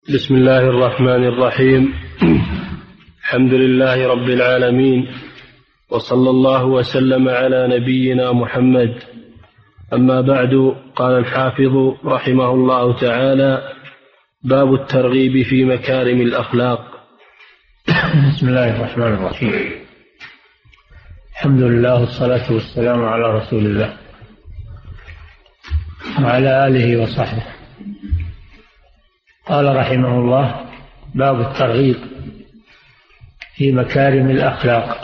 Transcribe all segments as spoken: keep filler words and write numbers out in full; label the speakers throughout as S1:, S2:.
S1: بسم الله الرحمن الرحيم. الحمد لله رب العالمين، وصلى الله وسلم على نبينا محمد. أما بعد، قال الحافظ رحمه الله تعالى: باب الترغيب في مكارم الأخلاق.
S2: بسم الله الرحمن الرحيم. الحمد لله والصلاة والسلام على رسول الله وعلى آله وصحبه. قال رحمه الله: باب الترغيب في مكارم الأخلاق.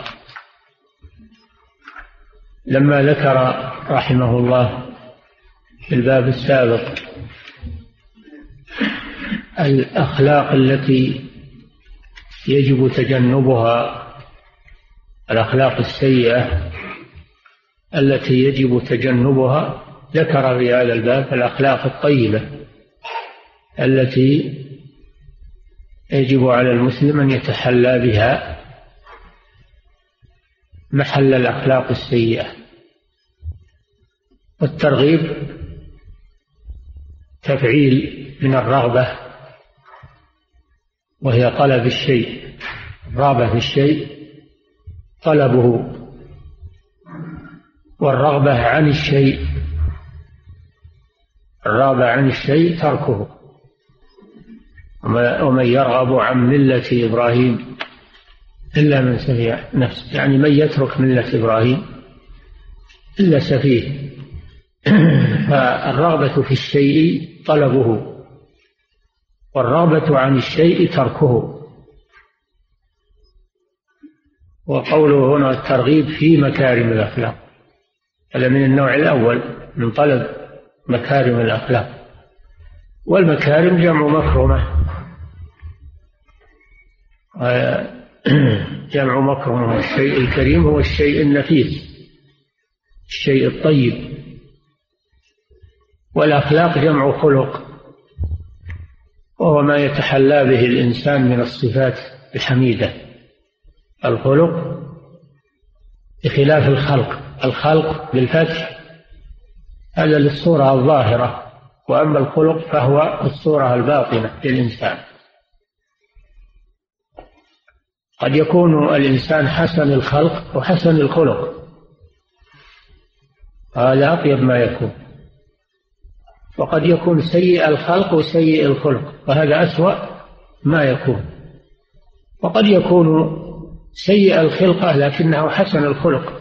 S2: لما ذكر رحمه الله في الباب السابق الأخلاق التي يجب تجنبها، الأخلاق السيئة التي يجب تجنبها، ذكر في هذا الباب الأخلاق الطيبة التي يجب على المسلم أن يتحلى بها محل الأخلاق السيئة. والترغيب تفعيل من الرغبة، وهي طلب الشيء، الرغبة في الشيء طلبه، والرغبة عن الشيء الرغبة عن الشيء تركه. ومن يرغب عن ملة إبراهيم إلا من سفيه نفسه، يعني من يترك ملة إبراهيم إلا سفيه. فالرغبة في الشيء طلبه، والرغبة عن الشيء تركه. وقوله هنا الترغيب في مكارم الأخلاق، هذا من النوع الأول من طلب مكارم الأخلاق. والمكارم جمع مكرمة، جمع مكرمة. الشيء الكريم هو الشيء النفيس، الشيء الطيب. والأخلاق جمع خلق، وهو ما يتحلى به الإنسان من الصفات الحميدة. الخلق بخلاف الخلق، الخلق بالفتح هذا للصورة الظاهرة، وأما الخلق فهو الصورة الباطنة للإنسان. قد يكون الإنسان حسن الخلق وحسن الخلق، هذا أطيب ما يكون. وقد يكون سيء الخلق وسيء الخلق، وهذا أسوأ ما يكون. وقد يكون سيء الخلقة لكنه حسن الخلق،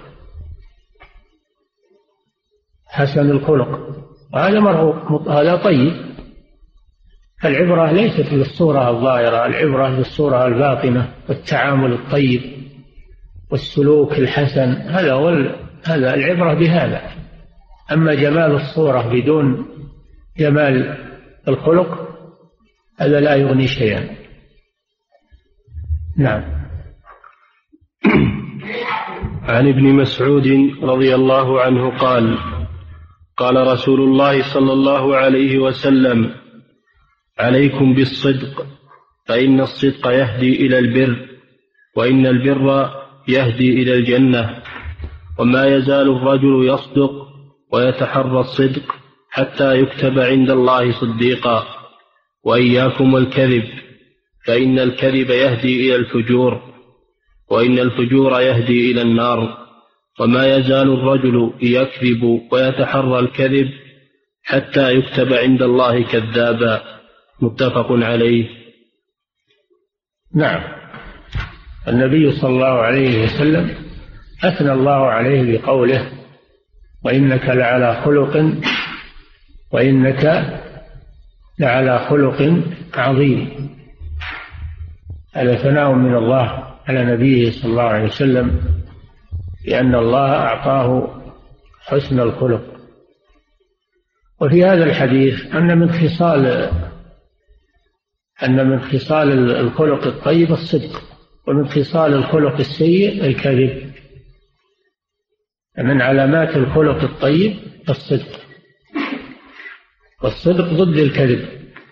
S2: حسن الخلق، وهذا مرغوب، هذا طيب. العبرة ليست بالصورة الظاهرة، العبرة بالصورة الباطنة، والتعامل الطيب والسلوك الحسن، هذا هو هذا العبرة بهذا. أما جمال الصورة بدون جمال الخلق هذا لا يغني شيئا. نعم.
S1: عن ابن مسعود رضي الله عنه قال: قال رسول الله صلى الله عليه وسلم: عليكم بالصدق، فإن الصدق يهدي إلى البر، وإن البر يهدي إلى الجنة، وما يزال الرجل يصدق ويتحرى الصدق حتى يكتب عند الله صديقا، وإياكم والكذب، فإن الكذب يهدي إلى الفجور، وإن الفجور يهدي إلى النار، وما يزال الرجل يكذب ويتحرى الكذب حتى يكتب عند الله كذابا. متفق عليه.
S2: نعم. النبي صلى الله عليه وسلم أثنى الله عليه بقوله: وإنك لعلى خلق وإنك لعلى خلق عظيم. هذا ثناء من الله على نبيه صلى الله عليه وسلم، لأن الله أعطاه حسن الخلق. وفي هذا الحديث أن من خصال أن من خصال الخلق الطيب الصدق، ومن خصال الخلق السيء الكذب. من علامات الخلق الطيب الصدق، والصدق ضد الكذب.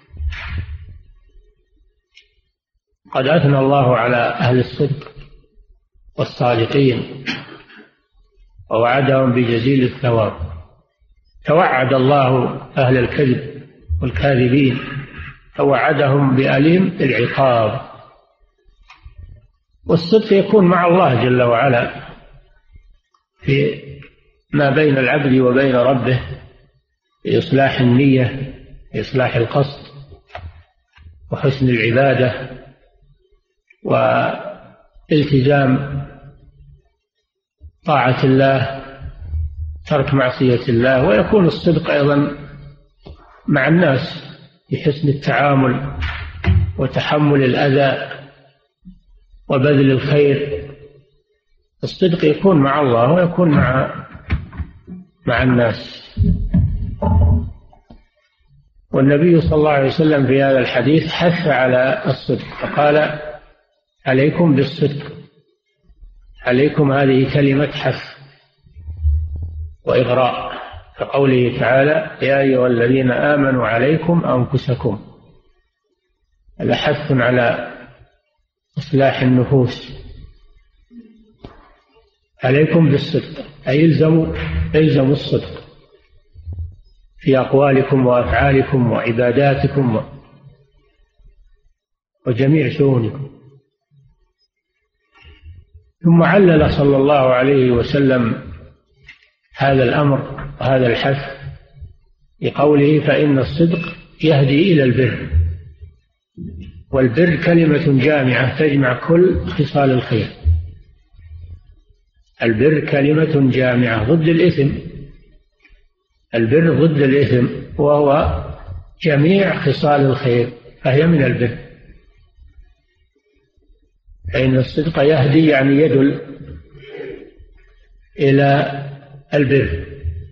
S2: قد أثنى الله على أهل الصدق والصادقين ووعدهم بجزيل الثواب. توعد الله أهل الكذب والكاذبين فوعدهم بأليم العقاب. والصدق يكون مع الله جل وعلا في ما بين العبد وبين ربه، في إصلاح النية، في إصلاح القصد، وحسن العبادة، والتزام طاعة الله، ترك معصية الله. ويكون الصدق أيضا مع الناس بحسن التعامل وتحمل الأذى وبذل الخير. الصدق يكون مع الله ويكون مع مع الناس. والنبي صلى الله عليه وسلم في هذا الحديث حث على الصدق فقال عليكم بالصدق. عليكم هذه كلمة حث وإغراء، كقوله تعالى يا أيها الذين آمنوا عليكم أنفسكم. هذا حث على إصلاح النفوس. عليكم بالصدق أي الزموا الزموا الصدق في أقوالكم وأفعالكم وعباداتكم وجميع شؤونكم. ثم علل صلى الله عليه وسلم هذا الأمر وهذا الحث بقوله فإن الصدق يهدي إلى البر. والبر كلمة جامعة تجمع كل خصال الخير. البر كلمة جامعة ضد الإثم. البر ضد الإثم وهو جميع خصال الخير، فهي من البر. فإن الصدق يهدي يعني يدل إلى البر،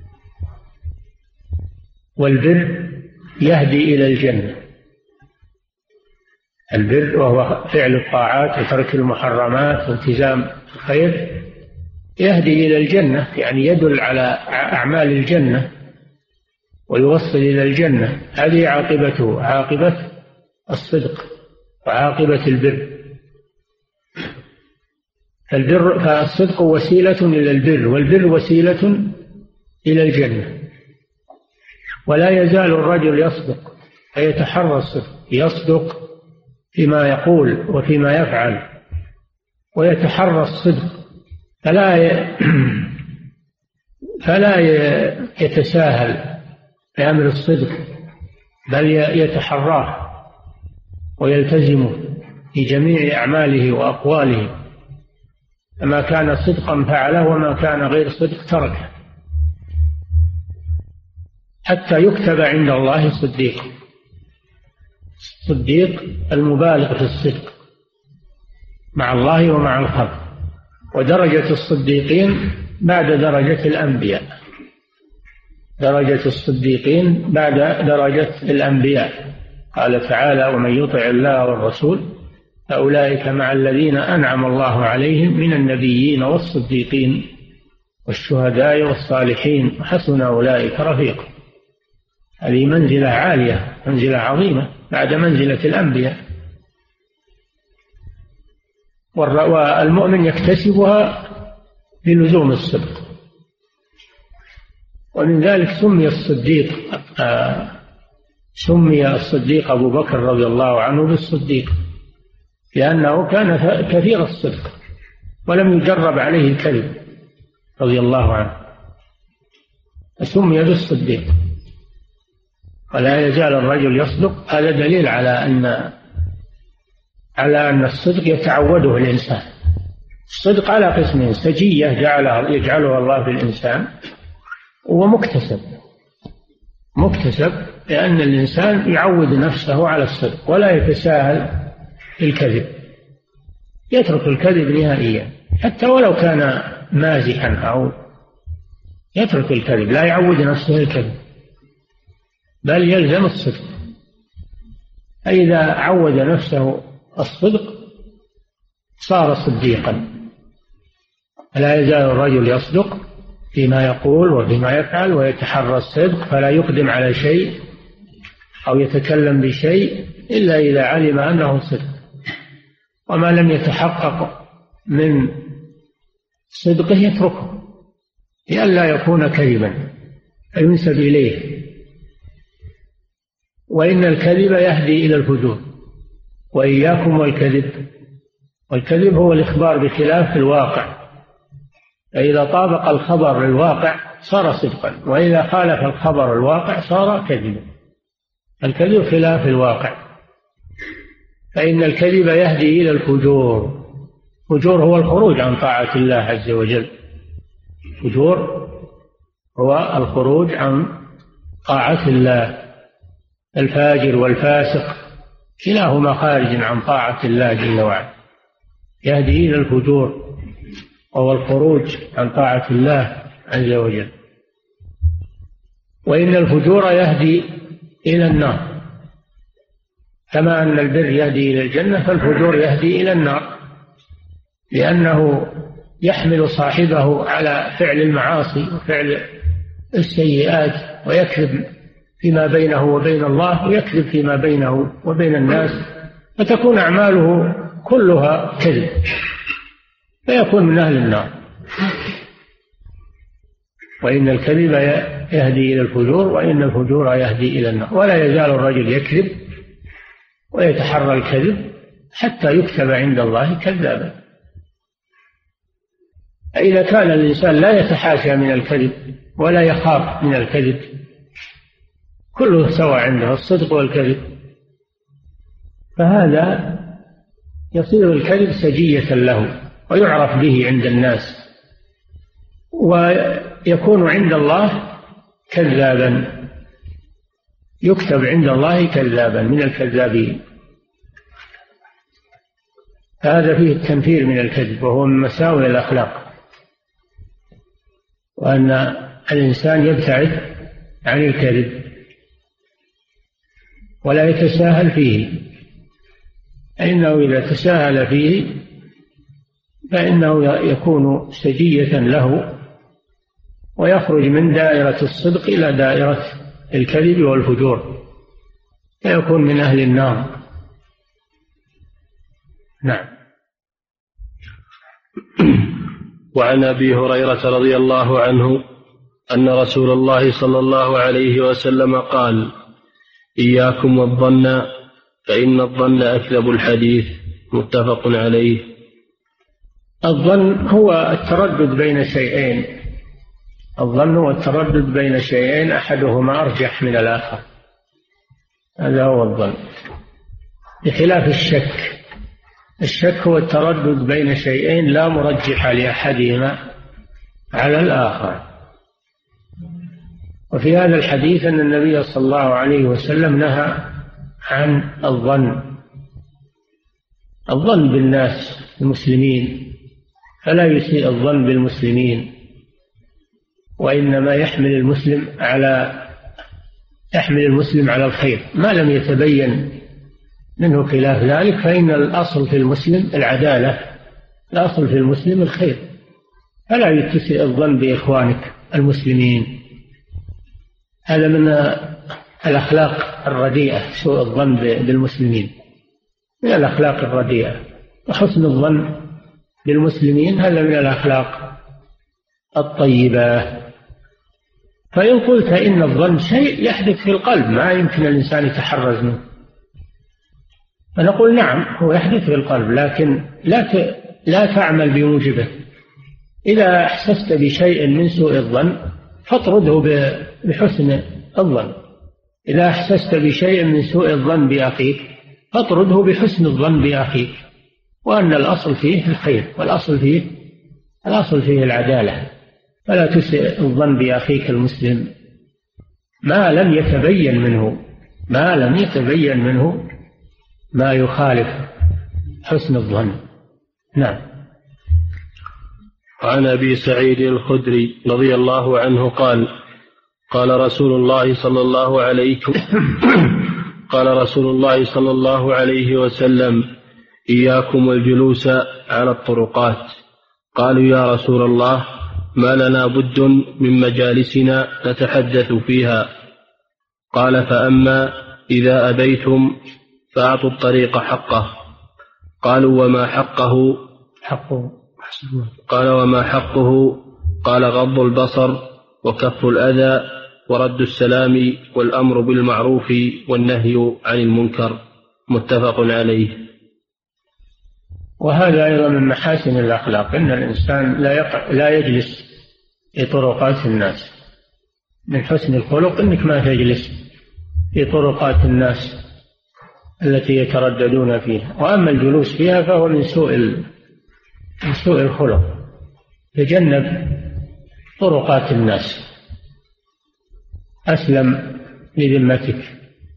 S2: والبر يهدي إلى الجنة. البر وهو فعل الطاعات وترك المحرمات والتزام الخير يهدي إلى الجنة، يعني يدل على أعمال الجنة ويوصل إلى الجنة. هذه عاقبته، عاقبة الصدق وعاقبة البر. فالبر فالصدق وسيلة إلى البر، والبر وسيلة إلى الجنة. ولا يزال الرجل يصدق فيتحرى الصدق، يصدق فيما يقول وفيما يفعل ويتحرى الصدق، فلا ي... فلا يتساهل بأمر الصدق، بل يتحراه ويلتزمه في جميع أعماله وأقواله. ما كان صدقا فعله وما كان غير صدق تركه، حتى يكتب عند الله صديق. الصديق المبالغ في الصدق مع الله ومع الخلق. ودرجة الصديقين بعد درجة الأنبياء، درجة الصديقين بعد درجة الأنبياء. قال تعالى ومن يطع الله والرسول فأولئك مع الذين أنعم الله عليهم من النبيين والصديقين والشهداء والصالحين وحسن أولئك رفيقا. هذه منزلة عالية، منزلة عظيمة بعد منزلة الأنبياء. والمؤمن يكتسبها بلزوم الصدق. ومن ذلك سمي الصديق آه سمي الصديق أبو بكر رضي الله عنه بالصديق، لأنه كان كثير الصدق ولم يجرب عليه الكذب رضي الله عنه، فسمي بالصديق. ولا يزال الرجل يصدق. هذا دليل على أن على أن الصدق يتعوده الإنسان. الصدق على قسمين: سجية جعلها يجعلها الله في الإنسان، ومكتسب. مكتسب لأن الإنسان يعود نفسه على الصدق ولا يتساهل في الكذب، يترك الكذب نهائيا حتى ولو كان مازحا، أو يترك الكذب، لا يعود نفسه الكذب بل يلزم الصدق. فإذا عود نفسه الصدق صار صديقا. لا يزال الرجل يصدق فيما يقول وفيما يفعل ويتحرى الصدق، فلا يقدم على شيء أو يتكلم بشيء إلا إذا علم أنه صدق. وما لم يتحقق من صدقه يتركه لئلا يكون كذبا فينسب إليه. وإن الكذب يهدي إلى الفجور. وإياكم والكذب. والكذب هو الإخبار بخلاف الواقع، فإذا طابق الخبر الواقع صار صدقا، وإذا خالف الخبر الواقع صار كذبا. الكذب خلاف الواقع. فإن الكذب يهدي إلى الفجور. الفجور هو الخروج عن طاعة الله عز وجل. الفجور هو الخروج عن طاعة الله. الفاجر والفاسق كلاهما خارج عن طاعة الله جل وعلا. يهدي إلى الفجور وهو الخروج عن طاعة الله عز وجل. وإن الفجور يهدي إلى النار، كما أن البر يهدي إلى الجنة فالفجور يهدي إلى النار، لأنه يحمل صاحبه على فعل المعاصي وفعل السيئات، ويكذب فيما بينه وبين الله، ويكذب فيما بينه وبين الناس، فتكون أعماله كلها كذب، فيكون من أهل النار. وإن الكذب يهدي إلى الفجور وإن الفجور يهدي إلى النار. ولا يزال الرجل يكذب ويتحرى الكذب حتى يكتب عند الله كذابا. إذا كان الإنسان لا يتحاشى من الكذب ولا يخاف من الكذب، كله سواء عنده الصدق والكذب، فهذا يصير الكذب سجية له ويعرف به عند الناس، ويكون عند الله كذابا، يكتب عند الله كذابا من الكذابين. هذا فيه التنفير من الكذب، وهو من مساوئ الأخلاق، وأن الإنسان يبتعد عن الكذب ولا يتساهل فيه، فإنه إذا تساهل فيه فإنه يكون سجية له، ويخرج من دائرة الصدق إلى دائرة الكذب والفجور، فيكون من أهل النار. نعم.
S1: وعن أبي هريرة رضي الله عنه أن رسول الله صلى الله عليه وسلم قال: إياكم والظن فإن الظن أكذب الحديث. متفق عليه.
S2: الظن هو التردد بين شيئين، الظن هو التردد بين شيئين أحدهما أرجح من الآخر، هذا هو الظن، بخلاف الشك. الشك هو التردد بين شيئين لا مرجح لأحدهما على الآخر. وفي هذا الحديث أن النبي صلى الله عليه وسلم نهى عن الظن، الظن بالناس المسلمين، فلا يسيء الظن بالمسلمين، وإنما يحمل المسلم على يحمل المسلم على الخير ما لم يتبين منه خلاف ذلك، فإن الأصل في المسلم العدالة، الأصل في المسلم الخير، فلا يسيء الظن بإخوانك المسلمين. هذا من الأخلاق الرديئة، سوء الظن بالمسلمين من الأخلاق الرديئة. وحسن الظن بالمسلمين هذا من الأخلاق الطيبة. فإن قلت إن الظن شيء يحدث في القلب ما يمكن الإنسان يتحرز منه، فنقول نعم هو يحدث في القلب، لكن لا لا تعمل بموجبه. إذا أحسست بشيء من سوء الظن فاطرده بحسن الظن. إذا أحسست بشيء من سوء الظن بأخيك فاطرده بحسن الظن بأخيك، وأن الأصل فيه الخير، والأصل فيه الأصل فيه العدالة، فلا تسيء الظن بأخيك المسلم ما لم يتبين منه ما لم يتبين منه ما يخالف حسن الظن. نعم.
S1: عن أبي سعيد الخدري رضي الله عنه قال: قال رسول الله صلى الله عليه قال رسول الله صلى الله عليه وسلم: إياكم والجلوس على الطرقات. قالوا: يا رسول الله، ما لنا بد من مجالسنا نتحدث فيها. قال: فأما إذا أبيتم فأعطوا الطريق حقه. قالوا: وما حقه؟
S2: حقه
S1: قال: وما حقه؟ قال: غض البصر وكف الأذى ورد السلام والأمر بالمعروف والنهي عن المنكر، متفق عليه.
S2: وهذا أيضا من محاسن الأخلاق، إن الإنسان لا, يقع لا يجلس في طرقات الناس. من حسن الخلق أنك ما تجلس في طرقات الناس التي يترددون فيها، وأما الجلوس فيها فهو من سوء من سوء الخلق. تجنب طرقات الناس أسلم لذمتك.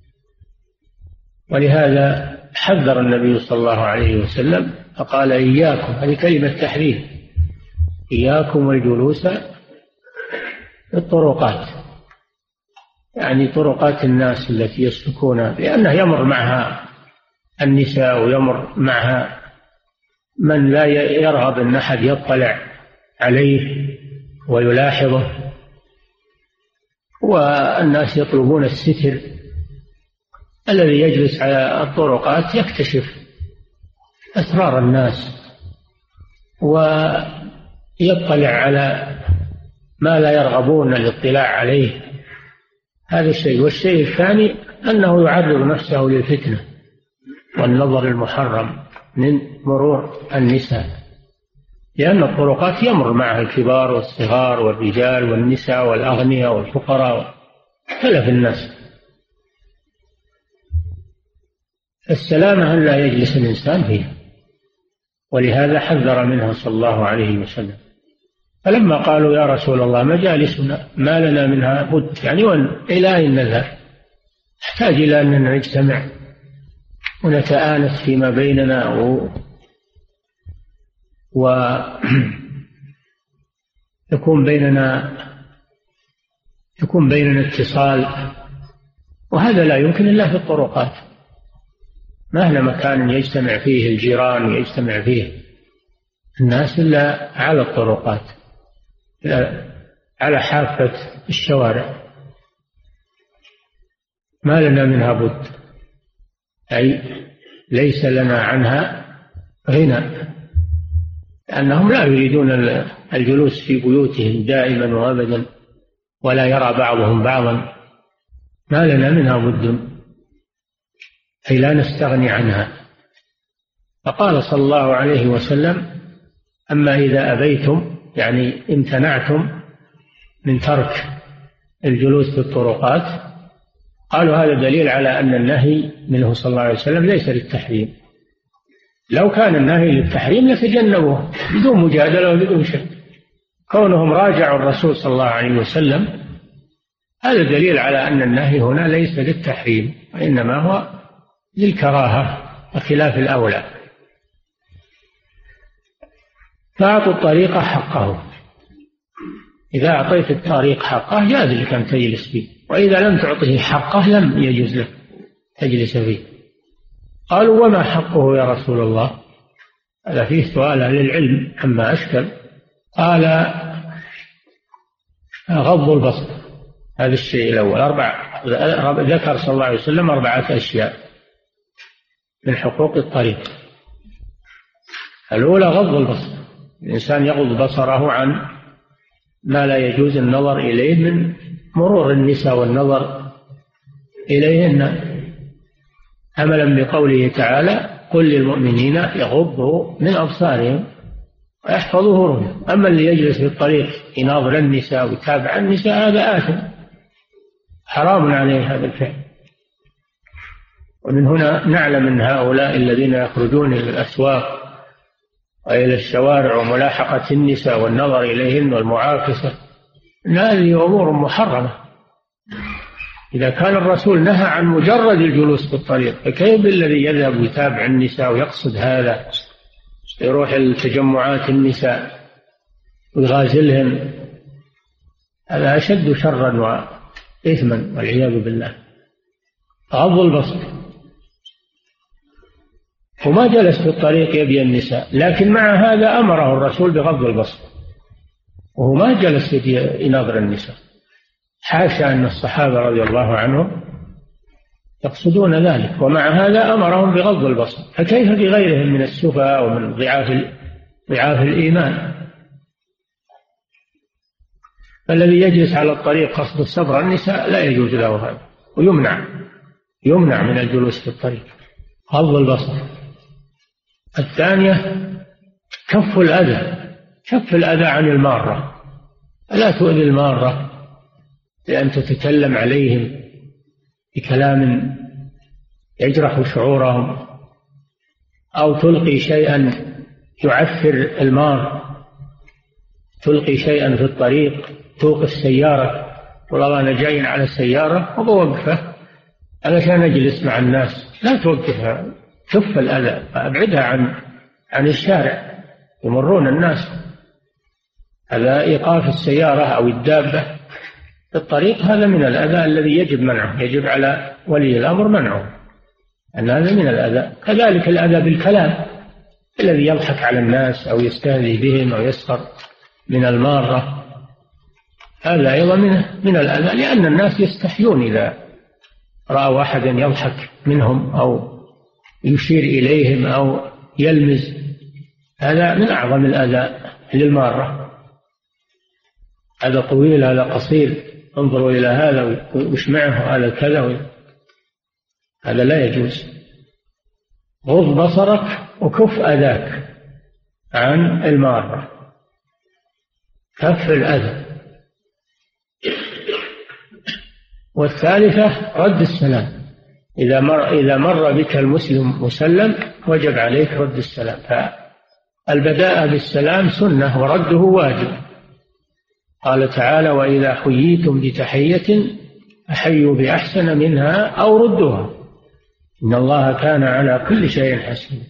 S2: ولهذا حذر النبي صلى الله عليه وسلم فقال إياكم، هذه كلمة تحذير، إياكم والجلوس في الطرقات، يعني طرقات الناس التي يسلكونها، لأنه يمر معها النساء ويمر معها من لا يرغب أن أحد يطلع عليه ويلاحظه، والناس يطلبون الستر. الذي يجلس على الطرقات يكتشف أسرار الناس ويطلع على ما لا يرغبون الاطلاع عليه. هذا الشيء. والشيء الثاني أنه يعرض نفسه للفتنة والنظر المحرم من مرور النساء، لأن الطرقات يمر معها الكبار والصغار والرجال والنساء والأغنياء والفقراء تلف الناس. السلامة أن لا يجلس الإنسان فيها، ولهذا حذر منها صلى الله عليه وسلم. فلما قالوا يا رسول الله مجالسنا ما لنا منها بد، يعني إلى أين نذهب؟ نحتاج إلى أن نجتمع ونتآنس فيما بيننا و ويكون بيننا يكون بيننا اتصال، وهذا لا يمكن إلا في الطرقات. ما هنا مكان يجتمع فيه الجيران ويجتمع فيه الناس إلا على الطرقات، على حافة الشوارع. ما لنا منها بد، أي ليس لنا عنها غنى، لأنهم لا يريدون الجلوس في بيوتهم دائما وأبدا ولا يرى بعضهم بعضا. ما لنا منها بد، أي لا نستغني عنها. فقال صلى الله عليه وسلم أما إذا أبيتم، يعني امتنعتم من ترك الجلوس في الطرقات، قالوا هذا دليل على أن النهي منه صلى الله عليه وسلم ليس للتحريم. لو كان النهي للتحريم لتجنبوه بدون مجادلة وبدون شك. كونهم راجعوا الرسول صلى الله عليه وسلم هذا دليل على أن النهي هنا ليس للتحريم، وإنما هو للكراهة وخلاف الأولى. فأعطوا الطريق حقه، إذا أعطيت الطريق حقه جاز لك أن تجلس فيه، وإذا لم تعطه حقه لم يجوز لك تجلس فيه. قالوا وما حقه يا رسول الله؟ هذا فيه سؤال للعلم عما أشكل. قال غض البصر، هذا الشيء الأول. أربع ذكر صلى الله عليه وسلم أربعة أشياء من حقوق الطريق. الأولى غض البصر، الإنسان يغض بصره عن ما لا يجوز النظر إليه من مرور النساء والنظر إليهن، عملا بقوله تعالى قل للمؤمنين يغضوا من أبصارهم ويحفظوا فروجهم. أما اللي يجلس في الطريق يناظر النساء ويتابع النساء هذا آثم، حرام عليه هذا الفعل. ومن هنا نعلم أن هؤلاء الذين يخرجون إلى الأسواق وإلى الشوارع وملاحقة النساء والنظر إليهن والمعاكسة أن هذه أمور محرمة. إذا كان الرسول نهى عن مجرد الجلوس في الطريق، فكيف بالذي يذهب ويتابع النساء ويقصد هذا، يروح التجمعات النساء ويغازلهم؟ هذا أشد شرا وإثما والعياذ بالله. غض البصر. وما جلس في الطريق يبي النساء، لكن مع هذا أمره الرسول بغض البصر، وهو ما جلس يناظر النساء. حاشا أن الصحابة رضي الله عنهم يقصدون ذلك، ومع هذا أمرهم بغض البصر، فكيف بغيرهم من السفهاء ومن ضعاف ضعاف الإيمان؟ فالذي يجلس على الطريق قصد الصبر النساء لا يجوز له هذا، ويمنع يمنع من الجلوس في الطريق. غض البصر. الثانية كف الأذى، كف الأذى عن المارة، لا تؤذي المارة بأن تتكلم عليهم بكلام يجرح شعورهم، أو تلقي شيئا يعفر المار، تلقي شيئا في الطريق، توقف السيارة، والله أنا جاي على السيارة وبوقفه علشان أجلس مع الناس، لا توقفها، كف الأذى، أبعدها عن عن الشارع يمرون الناس. هذا إيقاف السيارة أو الدابة في الطريق، هذا من الأذى الذي يجب منعه، يجب على ولي الأمر منعه، أن هذا من الأذى. كذلك الأذى بالكلام، الذي يضحك على الناس أو يستهزئ بهم أو يسخر من المارة، هذا أيضا من من الأذى، لأن الناس يستحيون إذا رأوا أحدا يضحك منهم أو يشير إليهم أو يلمز، هذا من أعظم الأذى للمارة. هذا طويل هذا قصير، انظروا إلى هذا وش معه، هذا كذا، هذا لا يجوز. غض بصرك وكف أذاك عن المارة، كف الأذى. والثالثة رد السلام، إذا مر, إذا مر بك المسلم مسلم وجب عليك رد السلام، فالبداء بالسلام سنة ورده واجب. قال تعالى: وإذا حييتم بتحية فحيوا بأحسن منها أو ردوها إن الله كان على كل شيء حسيبا.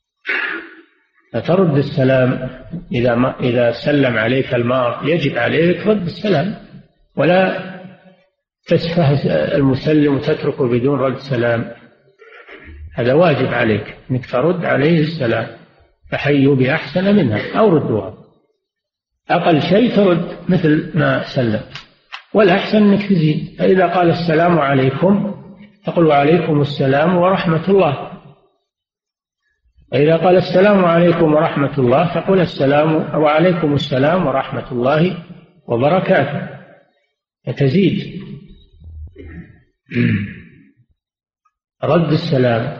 S2: فترد السلام إذا ما إذا سلم عليك المار، يجب عليك رد السلام، ولا تسفه المسلم وتتركه بدون رد سلام، هذا واجب عليك أنك ترد عليه السلام، فحيوا بأحسن منها أو ردوها، أقل شيء ترد مثل ما سلم، والأحسن أنك تزيد. فإذا قال السلام عليكم تقول وعليكم السلام ورحمة الله، وإذا قال السلام عليكم ورحمة الله تقول السلام وعليكم السلام ورحمة الله وبركاته، فتزيد. رد السلام.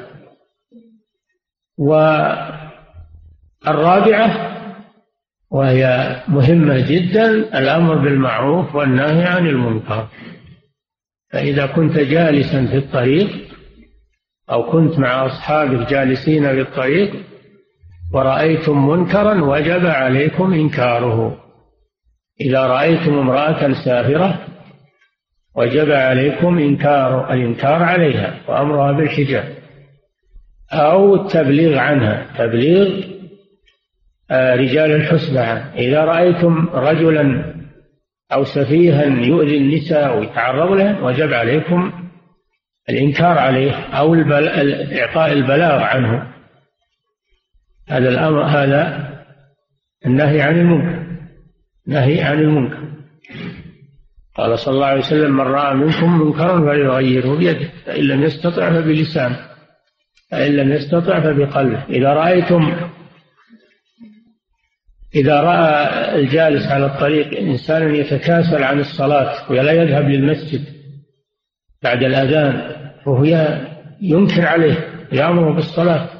S2: والرابعة وهي مهمة جدا، الأمر بالمعروف والنهي عن المنكر. فإذا كنت جالسا في الطريق أو كنت مع أصحابك جالسين في الطريق ورأيتم منكرا وجب عليكم إنكاره. إذا رأيتم امرأة سافرة وجب عليكم إنكار الإنكار عليها وأمرها بالحجاب أو التبليغ عنها، تبليغ رجال الحسبة. إذا رأيتم رجلا أو سفيها يؤذي النساء ويتعرض لها وجب عليكم الإنكار عليه أو إعطاء البلاغ عنه. هذا الأمر، هذا النهي عن المنكر، نهي عن المنكر. قال صلى الله عليه وسلم: من رأى منكم منكرا فليغيره بيده، فإن لم يستطع فبلسانه، فإن لم يستطع فبقلبه. إذا رأيتم إذا رأى الجالس على الطريق إنسانا يتكاسل عن الصلاة ولا يذهب للمسجد بعد الأذان وهو ينكر عليه يأمره بالصلاة،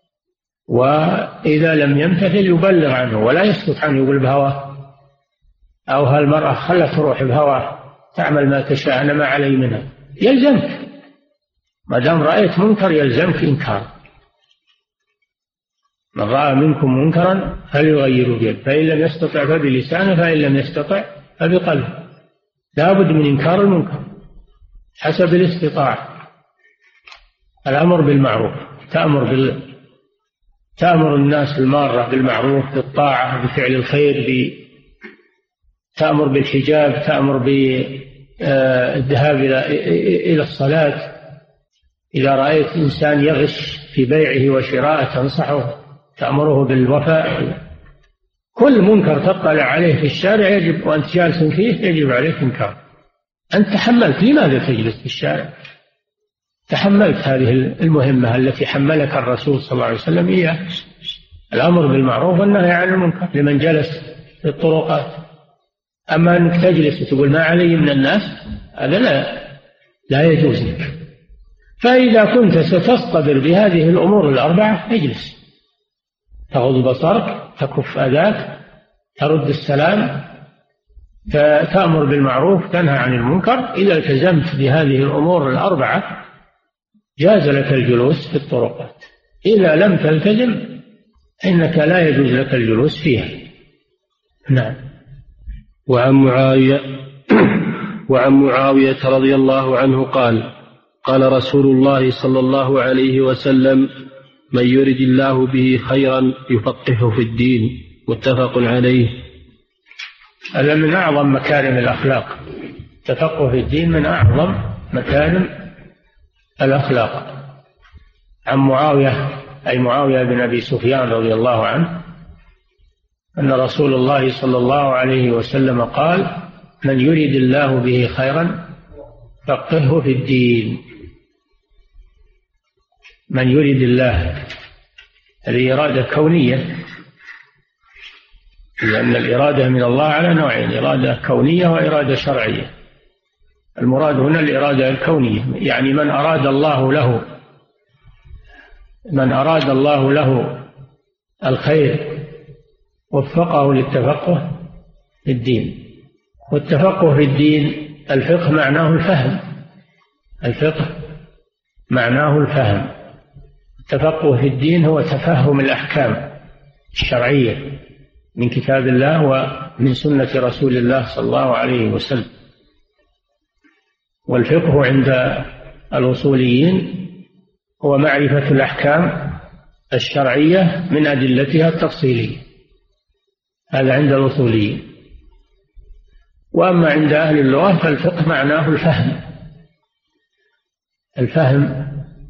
S2: وإذا لم يمتثل يبلغ عنه ولا يسكت عنه، يقول بهواه، أو هالمرأة خلت تروح بهواه تعمل ما تشاء أنا ما علي منها، يلزمك ما دام رأيت منكر يلزمك إنكار. من رأى منكم منكرا فليغيره بيده، فإن لم يستطع فبلسانه، فإن لم يستطع فبقلبه. لا بد من إنكار المنكر حسب الاستطاعة. الأمر بالمعروف، تأمر بال تأمر الناس المارة بالمعروف، بالطاعة، بفعل الخير، ب... تأمر بالحجاب، تأمر بالذهاب إلى إلى الصلاة. إذا رأيت إنسان يغش في بيعه وشراءه تنصحه، تأمره بالوفاء. كل منكر تطلع عليه في الشارع يجب، وأنت جالس فيه يجب عليك إنكار. أنت تحملت، لماذا تجلس في الشارع؟ تحملت هذه المهمة التي حملك الرسول صلى الله عليه وسلم إياه، الأمر بالمعروف والنهي عن المنكر لمن جلس في الطرقات. أما أنك تجلس وتقول ما علي من الناس هذا لا لا يجوز لك. فإذا كنت ستصطبر بهذه الأمور الأربعة اجلس، تغض بصرك، تكف أذاك، ترد السلام، تأمر بالمعروف، تنهى عن المنكر. إذا التزمت بهذه الأمور الأربعة جاز لك الجلوس في الطرقات. إذا لم تلتزم إنك لا يجوز لك الجلوس فيها. نعم.
S1: وعن معاوية وعن معاوية رضي الله عنه قال قال رسول الله صلى الله عليه وسلم من يرد الله به خيرا يفقهه في الدين، متفق عليه.
S2: هذا من أعظم مكارم الأخلاق، التفقه في الدين من أعظم مكارم الأخلاق. عن معاوية أي معاوية بن أبي سفيان رضي الله عنه أن رسول الله صلى الله عليه وسلم قال من يرد الله به خيرا فقهه في الدين. من يرد الله، هذه إرادة كونية، لأن الإرادة من الله على نوعين، إرادة كونية وإرادة شرعية. المراد هنا الإرادة الكونية، يعني من أراد الله له من أراد الله له الخير وفقه للتفقه في الدين. والتفقه في الدين الفقه معناه الفهم، الفقه معناه الفهم. التفقه في الدين هو تفهم الأحكام الشرعية من كتاب الله ومن سنة رسول الله صلى الله عليه وسلم. والفقه عند الأصوليين هو معرفة الأحكام الشرعية من أدلتها التفصيلية، هذا عند الأصوليين. وأما عند أهل اللغة فالفقه معناه الفهم، الفهم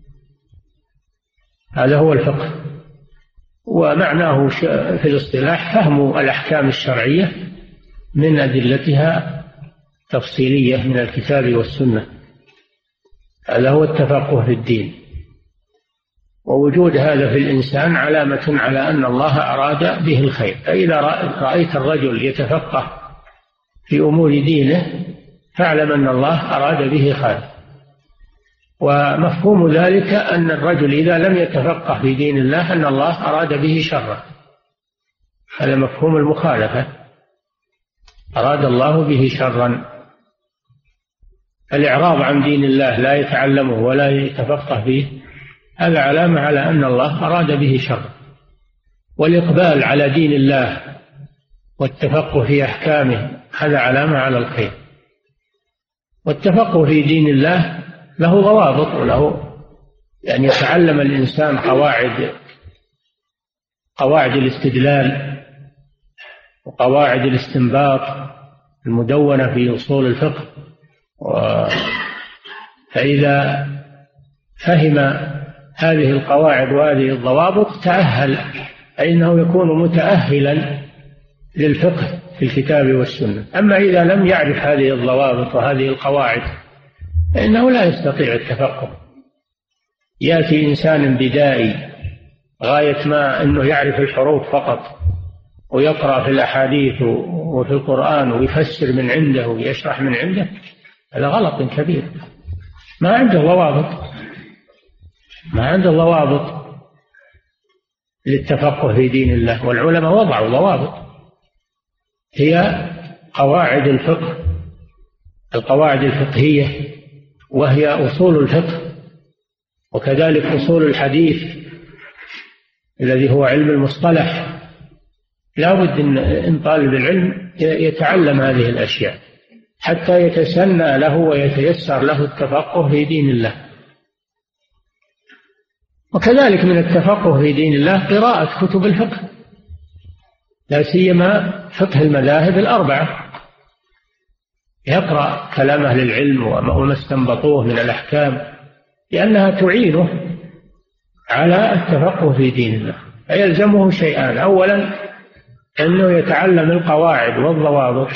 S2: هذا هو الفقه. ومعناه في الاصطلاح فهم الأحكام الشرعية من أدلتها تفصيلية من الكتاب والسنة، هذا هو التفقه في الدين. ووجود هذا في الإنسان علامة على أن الله أراد به الخير. فإذا رأيت الرجل يتفقه في أمور دينه فاعلم أن الله أراد به خير. ومفهوم ذلك أن الرجل إذا لم يتفقه في دين الله أن الله أراد به شرا، هذا مفهوم المخالفة، أراد الله به شرا. الإعراض عن دين الله لا يتعلمه ولا يتفقه فيه هذا علامة على أن الله أراد به شرا. والإقبال على دين الله والتفقه في أحكامه هذا علامة على الخير. والتفقه في دين الله له ضوابط وله يعني يتعلم الإنسان قواعد قواعد الاستدلال وقواعد الاستنباط المدونة في أصول الفقه. فإذا فهم هذه القواعد وهذه الضوابط تأهل، فإنه يكون متأهلا للفقه في الكتاب والسنة. أما إذا لم يعرف هذه الضوابط وهذه القواعد فإنه لا يستطيع التفقه. يأتي إنسان بدائي غاية ما أنه يعرف الحروف فقط ويقرأ في الأحاديث وفي القرآن ويفسر من عنده ويشرح من عنده، هذا غلط كبير، ما عنده ضوابط ما عنده ضوابط للتفقه في دين الله. والعلماء وضعوا ضوابط هي قواعد الفقه، القواعد الفقهية، وهي أصول الفقه، وكذلك أصول الحديث الذي هو علم المصطلح. لا بد إن طالب العلم يتعلم هذه الأشياء حتى يتسنى له ويتيسر له التفقه في دين الله. وكذلك من التفقه في دين الله قراءة كتب الفقه، لا سيما فقه المذاهب الأربعة، يقرأ كلام أهل العلم وما استنبطوه من الأحكام، لأنها تعينه على التفقه في دين الله. فيلزمه شيئان: أولا أنه يتعلم القواعد والضوابط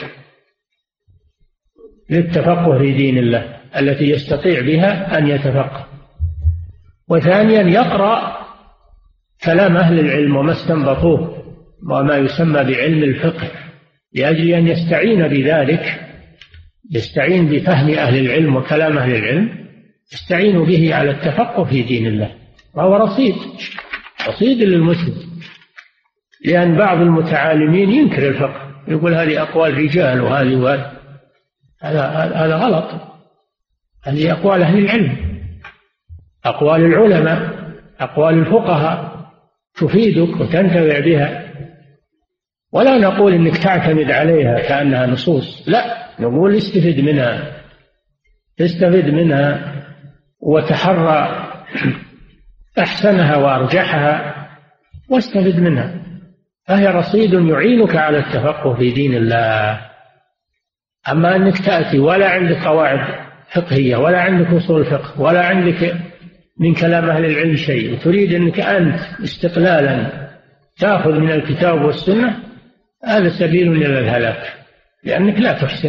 S2: للتفقه في دين الله التي يستطيع بها أن يتفقه، وثانيا يقرأ كلام أهل العلم وما استنبطوه وما يسمى بعلم الفقه، لأجل أن يستعين بذلك، يستعين بفهم أهل العلم وكلام أهل العلم، يستعين به على التفقه في دين الله، وهو رصيد رصيد للمسلم. لأن بعض المتعالمين ينكر الفقه، يقول هذه أقوال رجال وهذه وهذه، هذا هذا غلط. هذه أقوال أهل العلم، أقوال العلماء، أقوال الفقهاء تفيدك وتنتفع بها، ولا نقول إنك تعتمد عليها كأنها نصوص، لا، نقول استفد منها، استفد منها وتحرى أحسنها وأرجحها واستفد منها، فهي رصيد يعينك على التفقه في دين الله. أما أنك تأتي ولا عندك قواعد فقهية ولا عندك أصول فقه ولا عندك من كلام أهل العلم شيء، وتريد أنك أنت استقلالا تأخذ من الكتاب والسنة، هذا سبيل إلى الهلاك، لأنك لا تحسن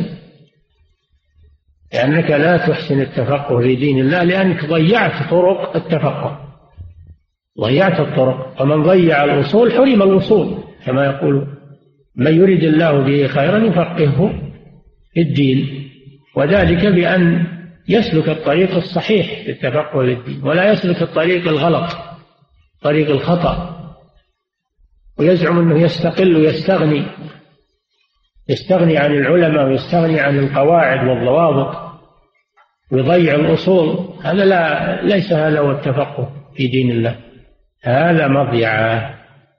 S2: لأنك لا تحسن التفقه في دين الله، لأنك ضيعت طرق التفقه، ضيعت الطرق. فمن ضيع الأصول حرم الوصول، كما يقول من يريد الله به خيرا يفقهه في الدين، وذلك بأن يسلك الطريق الصحيح في التفقه في الدين، ولا يسلك الطريق الغلط، طريق الخطأ، ويزعم أنه يستقل ويستغني يستغني عن العلماء ويستغني عن القواعد والضوابط ويضيع الأصول. هذا لا ليس هذا هو التفقه في دين الله، هذا مضيعة.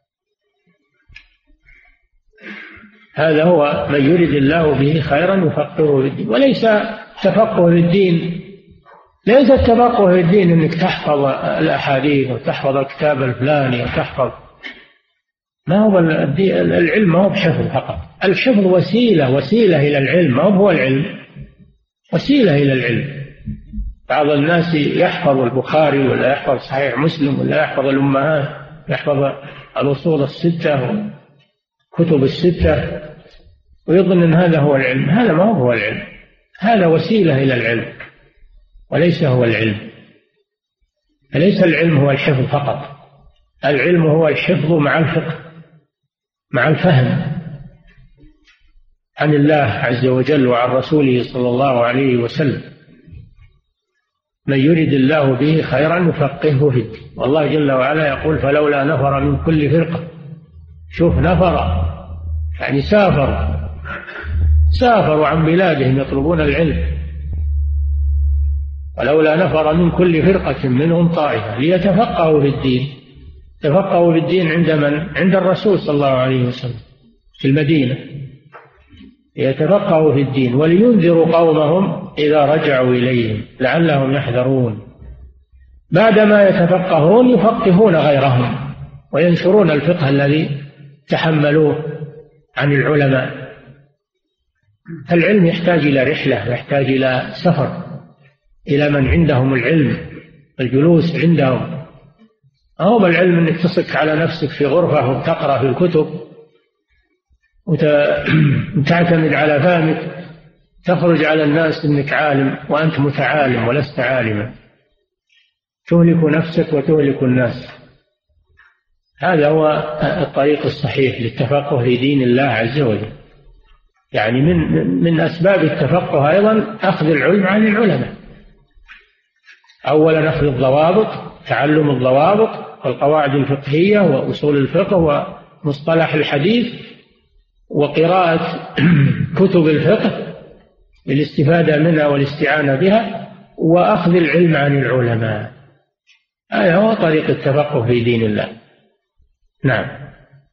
S2: هذا هو من يريد الله به خيرا يفقهه في الدين، وليس تفقه في الدين ليس التفقه في الدين انك تحفظ الاحاديث وتحفظ الكتاب الفلاني وتحفظ. ما هو العلم ما هو بحفظ فقط، الحفظ وسيله وسيله الى العلم، ما هو العلم، وسيله الى العلم. بعض الناس يحفظ البخاري ولا يحفظ صحيح مسلم ولا يحفظ الامهات، يحفظ الاصول السته وكتب السته ويظن ان هذا هو العلم. هذا ما هو العلم، هذا وسيله الى العلم وليس هو العلم. فليس العلم هو الحفظ فقط، العلم هو الحفظ مع الفقه، مع الفهم عن الله عز وجل وعن رسوله صلى الله عليه وسلم. من يريد الله به خيرا يفقهه في الدين. والله جل وعلا يقول فلولا نفر من كل فرقة. شوف، نفر يعني سافر سافروا عن بلادهم يطلبون العلم. ولولا نفر من كل فرقة منهم طائفة ليتفقهوا في الدين. تفقهوا في الدين عند من؟ عند الرسول صلى الله عليه وسلم في المدينة، يتفقهوا في الدين ولينذروا قومهم إذا رجعوا إليهم لعلهم يحذرون. بعدما يتفقهون يفقهون غيرهم وينشرون الفقه الذي تحملوه عن العلماء. العلم يحتاج إلى رحلة، يحتاج إلى سفر إلى من عندهم العلم، الجلوس عندهم. أو بالعلم أنك تصك على نفسك في غرفة وتقرأ في الكتب وتعتمد على فهمك، تخرج على الناس أنك عالم وأنت متعالم ولست عالما، تهلك نفسك وتهلك الناس. هذا هو الطريق الصحيح للتفقه في دين الله عز وجل. يعني من من أسباب التفقه أيضا أخذ العلم عن العلماء. أولا أخذ الضوابط، تعلم الضوابط والقواعد الفقهية وأصول الفقه ومصطلح الحديث وقراءة كتب الفقه للاستفادة منها والاستعانة بها، وأخذ العلم عن العلماء. هذا هو طريق التفقه في دين الله. نعم.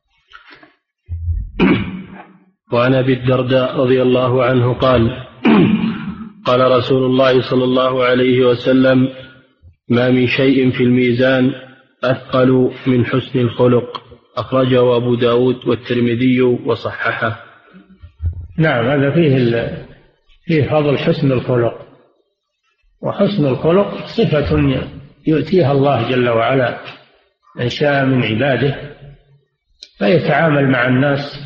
S1: وعن أبي الدرداء رضي الله عنه قال قال رسول الله صلى الله عليه وسلم: ما من شيء في الميزان أثقل من حسن الخلق. أخرجه أبو داود والترمذي وصححه.
S2: نعم، هذا فيه فيه فضل حسن الخلق. وحسن الخلق صفة يؤتيها الله جل وعلا من شاء من عباده، فيتعامل مع الناس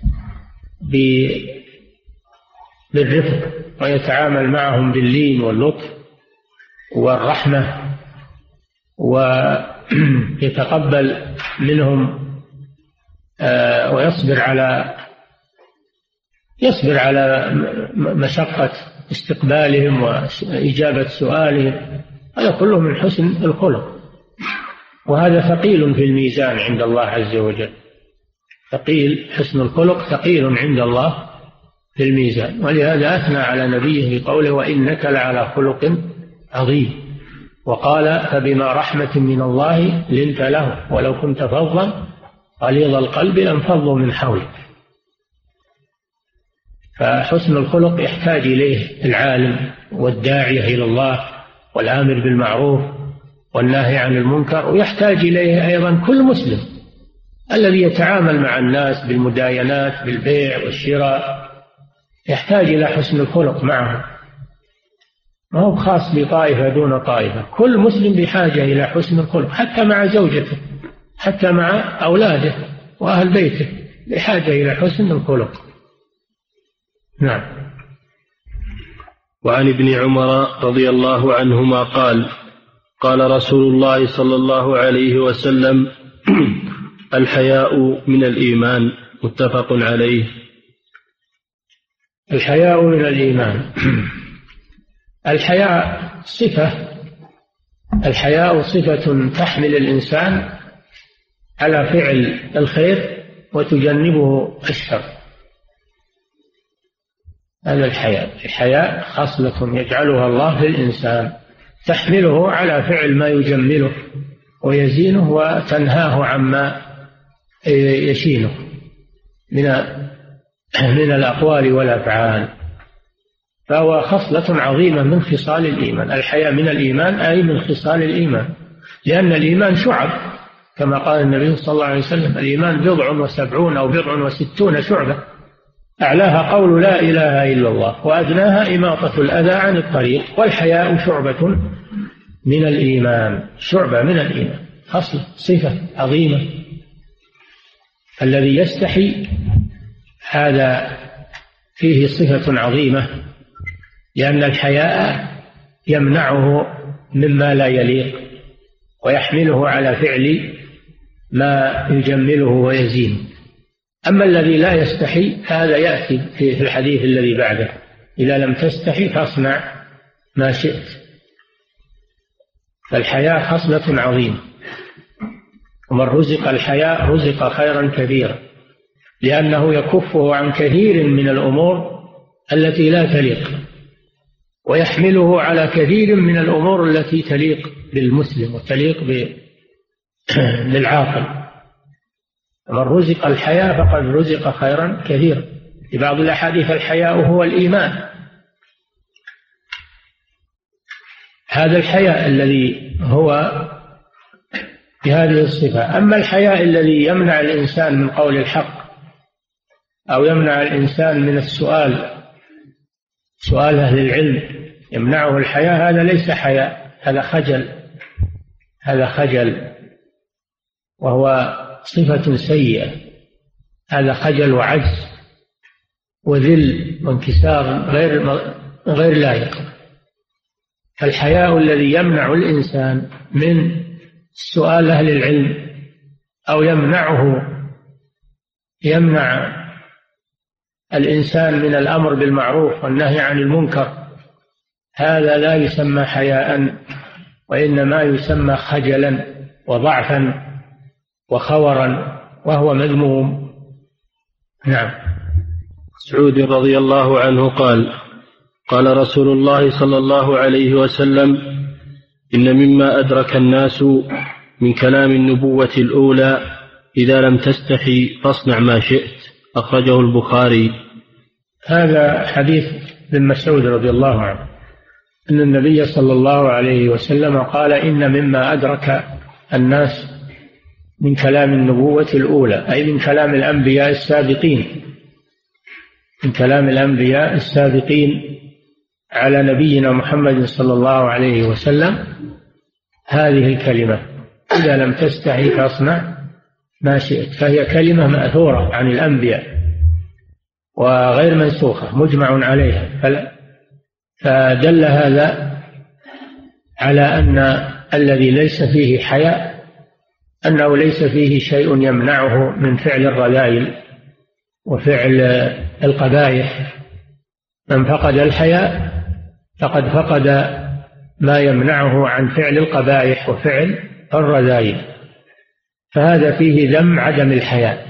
S2: بالرفق ويتعامل معهم باللين واللطف والرحمة، ويتقبل منهم ويصبر على يصبر على مشقة استقبالهم وإجابة سؤالهم، هذا كله من حسن الخلق، وهذا ثقيل في الميزان عند الله عز وجل. ثقيل، حسن الخلق ثقيل عند الله في الميزان، ولهذا أثنى على نبيه بقوله وإنك لعلى خلق عظيم. وقال فبما رحمة من الله لنت له ولو كنت فظا غليظ القلب لانفضوا من حولك. فحسن الخلق يحتاج إليه العالم والداعية إلى الله والآمر بالمعروف والناهي عن المنكر، ويحتاج إليه أيضا كل مسلم الذي يتعامل مع الناس بالمداينات بالبيع والشراء، يحتاج إلى حسن الخلق معهم، ما هو خاص بطائفة دون طائفة، كل مسلم بحاجة إلى حسن الخلق، حتى مع زوجته، حتى مع أولاده وأهل بيته بحاجة إلى حسن الخلق. نعم.
S1: وعن ابن عمر رضي الله عنهما قال قال رسول الله صلى الله عليه وسلم الحياء من الإيمان، متفق عليه.
S2: الحياء من الإيمان. الحياء صفة الحياء صفة تحمل الإنسان على فعل الخير وتجنبه الشر، هذا الحياء. الحياء خصلة يجعلها الله في الإنسان تحمله على فعل ما يجمله ويزينه وتنهاه عما يشينه من من الأقوال والأفعال، فهو خصلة عظيمة من خصال الإيمان. الحياء من الإيمان أي من خصال الإيمان، لأن الإيمان شعب كما قال النبي صلى الله عليه وسلم الإيمان بضع وسبعون أو بضع وستون شعبة، أعلاها قول لا إله إلا الله وأدناها إماطة الأذى عن الطريق، والحياء شعبة من الإيمان، شعبة من الإيمان، خصل صفة عظيمة. الذي يستحي هذا فيه صفة عظيمة، لأن الحياء يمنعه مما لا يليق ويحمله على فعل ما يجمله ويزينه. أما الذي لا يستحي هذا يأتي في الحديث الذي بعده إذا لم تستحي فاصنع ما شئت. فالحياء خصلة عظيمة، ومن رزق الحياء رزق خيرا كثيرا، لأنه يكفه عن كثير من الأمور التي لا تليق، ويحمله على كثير من الأمور التي تليق بالمسلم وتليق بالعاقل. من رزق الحياء فقد رزق خيرا كثيرا. في بعض الأحاديث الحياء هو الإيمان، هذا الحياء الذي هو بهذه الصفة. أما الحياء الذي يمنع الإنسان من قول الحق أو يمنع الإنسان من السؤال، سؤال أهل العلم يمنعه الحياء، هذا ليس حياء، هذا خجل، هذا خجل وهو صفة سيئة، هذا خجل وعجز وذل وانكسار غير غير لائق. فالحياء الذي يمنع الإنسان من سؤال أهل العلم أو يمنعه يمنع الإنسان من الأمر بالمعروف والنهي عن المنكر، هذا لا يسمى حياء، وإنما يسمى خجلا وضعفا وخورا، وهو مذموم. نعم.
S1: مسعود رضي الله عنه قال قال رسول الله صلى الله عليه وسلم إن مما أدرك الناس من كلام النبوة الأولى إذا لم تستحي فاصنع ما شئت، أخرجه البخاري.
S2: هذا حديث ابن مسعود رضي الله عنه أن النبي صلى الله عليه وسلم قال إن مما أدرك الناس من كلام النبوة الأولى، أي من كلام الأنبياء السابقين، من كلام الأنبياء السابقين على نبينا محمد صلى الله عليه وسلم هذه الكلمة إذا لم تستحي فاصنع ما شئت، فهي كلمة مأثورة عن الأنبياء وغير منسوخة مجمع عليها. فدل هذا على أن الذي ليس فيه حياء أنه ليس فيه شيء يمنعه من فعل الرذائل وفعل القبائح. من فقد الحياء فقد فقد ما يمنعه عن فعل القبائح وفعل الرذائل، فهذا فيه ذم عدم الحياء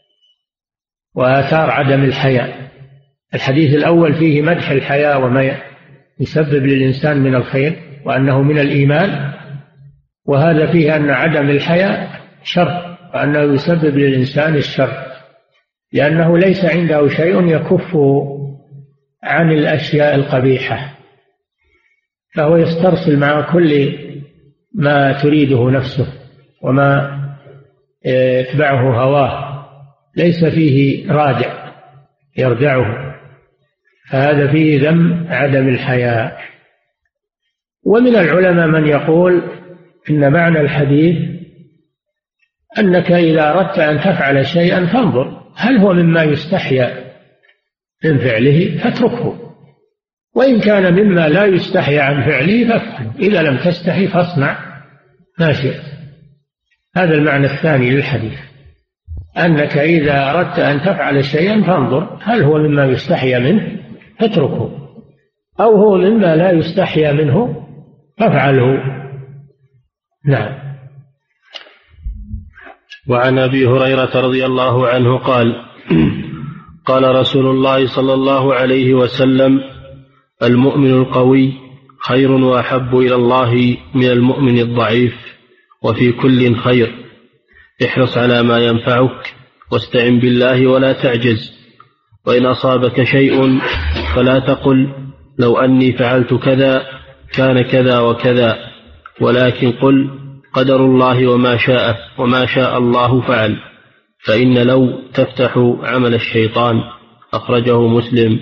S2: وآثار عدم الحياء. الحديث الأول فيه مدح الحياء وما يسبب للإنسان من الخير وأنه من الإيمان، وهذا فيه أن عدم الحياء شر وأنه يسبب للإنسان الشر، لأنه ليس عنده شيء يكفه عن الأشياء القبيحة، فهو يسترسل مع كل ما تريده نفسه وما يتبعه هواه، ليس فيه رادع يردعه، فهذا فيه ذم عدم الحياء. ومن العلماء من يقول إن معنى الحديث أنك إذا أردت أن تفعل شيئا فانظر هل هو مما يستحيا من فعله فاتركه، وإن كان مما لا يستحي عن فعله فافعله، إذا لم تستحي فاصنع ما شئت. هذا المعنى الثاني للحديث، أنك إذا أردت أن تفعل شيئا فانظر هل هو مما يستحي منه فاتركه، أو هو مما لا يستحي منه فافعله. نعم.
S1: وعن أبي هريرة رضي الله عنه قال قال رسول الله صلى الله عليه وسلم: المؤمن القوي خير وأحب إلى الله من المؤمن الضعيف، وفي كل خير، احرص على ما ينفعك واستعن بالله ولا تعجز، وإن أصابك شيء فلا تقل لو أني فعلت كذا كان كذا وكذا، ولكن قل قدر الله وما شاء وما شاء الله فعل، فإن لو تفتح عمل الشيطان. أخرجه مسلم.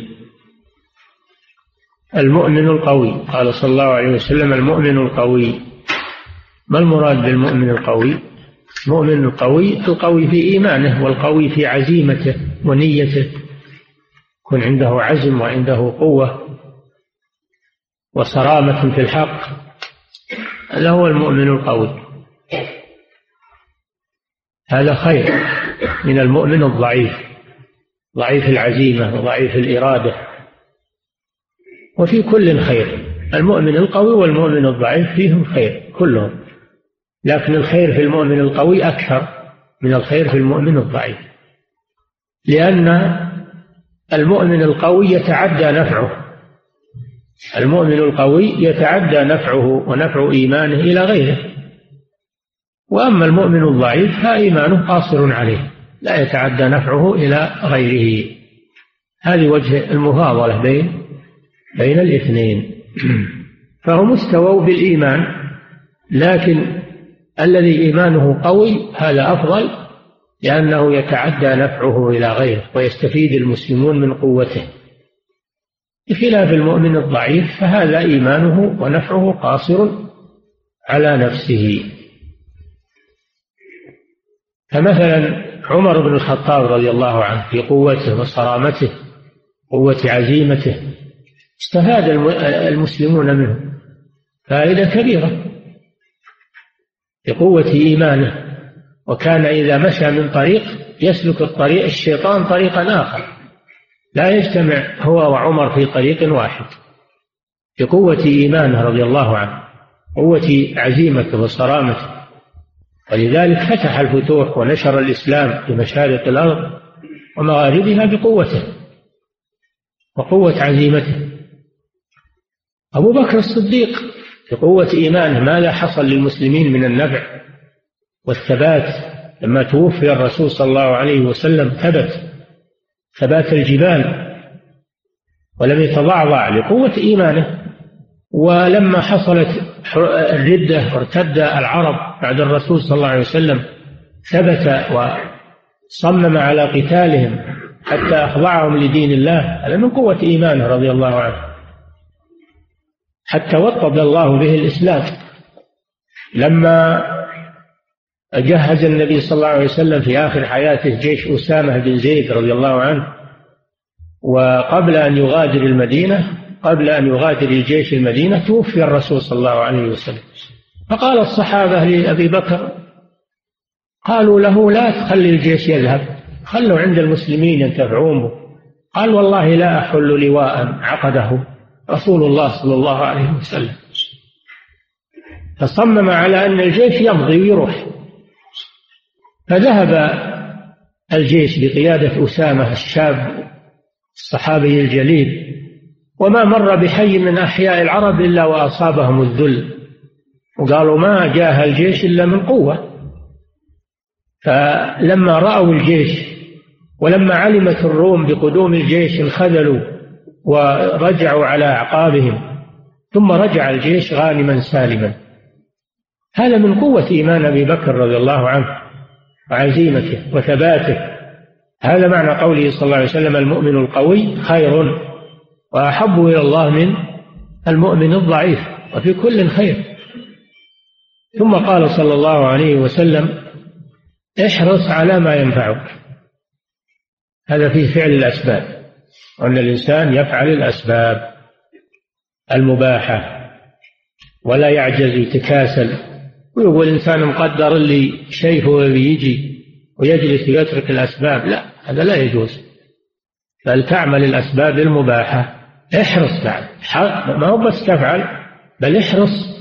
S2: المؤمن القوي، قال صلى الله عليه وسلم: المؤمن القوي. ما المراد بالمؤمن القوي؟ المؤمن القوي القوي في إيمانه، والقوي في عزيمته ونيته، يكون عنده عزم وعنده قوة وصرامة في الحق، هذا هو المؤمن القوي. هذا خير من المؤمن الضعيف، ضعيف العزيمة وضعيف الإرادة. وفي كل خير، المؤمن القوي والمؤمن الضعيف فيهم خير كلهم، لكن الخير في المؤمن القوي أكثر من الخير في المؤمن الضعيف، لأن المؤمن القوي يتعدى نفعه، المؤمن القوي يتعدى نفعه ونفع إيمانه إلى غيره، وأما المؤمن الضعيف فإيمانه قاصر عليه، لا يتعدى نفعه إلى غيره. هذه وجه المفاضلة بين بين الاثنين. فهم استووا بالإيمان، لكن الذي إيمانه قوي هذا أفضل، لأنه يتعدى نفعه إلى غيره ويستفيد المسلمون من قوته، بخلاف المؤمن الضعيف فهذا إيمانه ونفعه قاصر على نفسه. فمثلا عمر بن الخطاب رضي الله عنه في قوته وصرامته، قوة عزيمته، استفاد المسلمون منه فائدة كبيرة بقوة إيمانه، وكان إذا مشى من طريق يسلك الطريق الشيطان طريقا آخر، لا يجتمع هو وعمر في طريق واحد، بقوة إيمانه رضي الله عنه، قوة عزيمته وصرامته. ولذلك فتح الفتوح ونشر الإسلام في مشارق الأرض ومغاربها بقوته وقوة عزيمته. أبو بكر الصديق بقوة إيمانه ماذا حصل للمسلمين من النفع والثبات؟ لما توفي الرسول صلى الله عليه وسلم ثبت ثبات الجبال ولم يتضعضع لقوة إيمانه. ولما حصلت الردة وارتد العرب بعد الرسول صلى الله عليه وسلم ثبت وصمم على قتالهم حتى أخضعهم لدين الله، هذا من قوة إيمانه رضي الله عنه، حتى وطد الله به الإسلام. لما جهز النبي صلى الله عليه وسلم في آخر حياته جيش أسامة بن زيد رضي الله عنه، وقبل أن يغادر المدينة قبل أن يغادر الجيش المدينة توفي الرسول صلى الله عليه وسلم. فقال الصحابة لأبي بكر، قالوا له: لا تخلي الجيش يذهب، خلوا عند المسلمين ينتفعون به. قال والله لا أحل لواء عقده رسول الله صلى الله عليه وسلم. فصمم على أن الجيش يمضي ويروح. فذهب الجيش بقيادة أسامة الشاب الصحابي الجليل، وما مر بحي من أحياء العرب إلا وأصابهم الذل، وقالوا ما جاء الجيش إلا من قوة. فلما رأوا الجيش ولما علمت الروم بقدوم الجيش انخذلوا ورجعوا على أعقابهم، ثم رجع الجيش غانما سالما. هذا من قوة إيمان أبي بكر رضي الله عنه وعزيمته وثباته. هذا معنى قوله صلى الله عليه وسلم: المؤمن القوي خير وأحب إلى الله من المؤمن الضعيف، وفي كل خير. ثم قال صلى الله عليه وسلم: احرص على ما ينفعك. هذا فيه فعل الأسباب، وأن الإنسان يفعل الأسباب المباحة ولا يعجز يتكاسل ويقول الإنسان مقدر اللي شيء هو بيجي ويجلس يترك الأسباب. لا، هذا لا يجوز، بل تعمل الأسباب المباحة. احرص بعد، ما هو بس تفعل، بل احرص،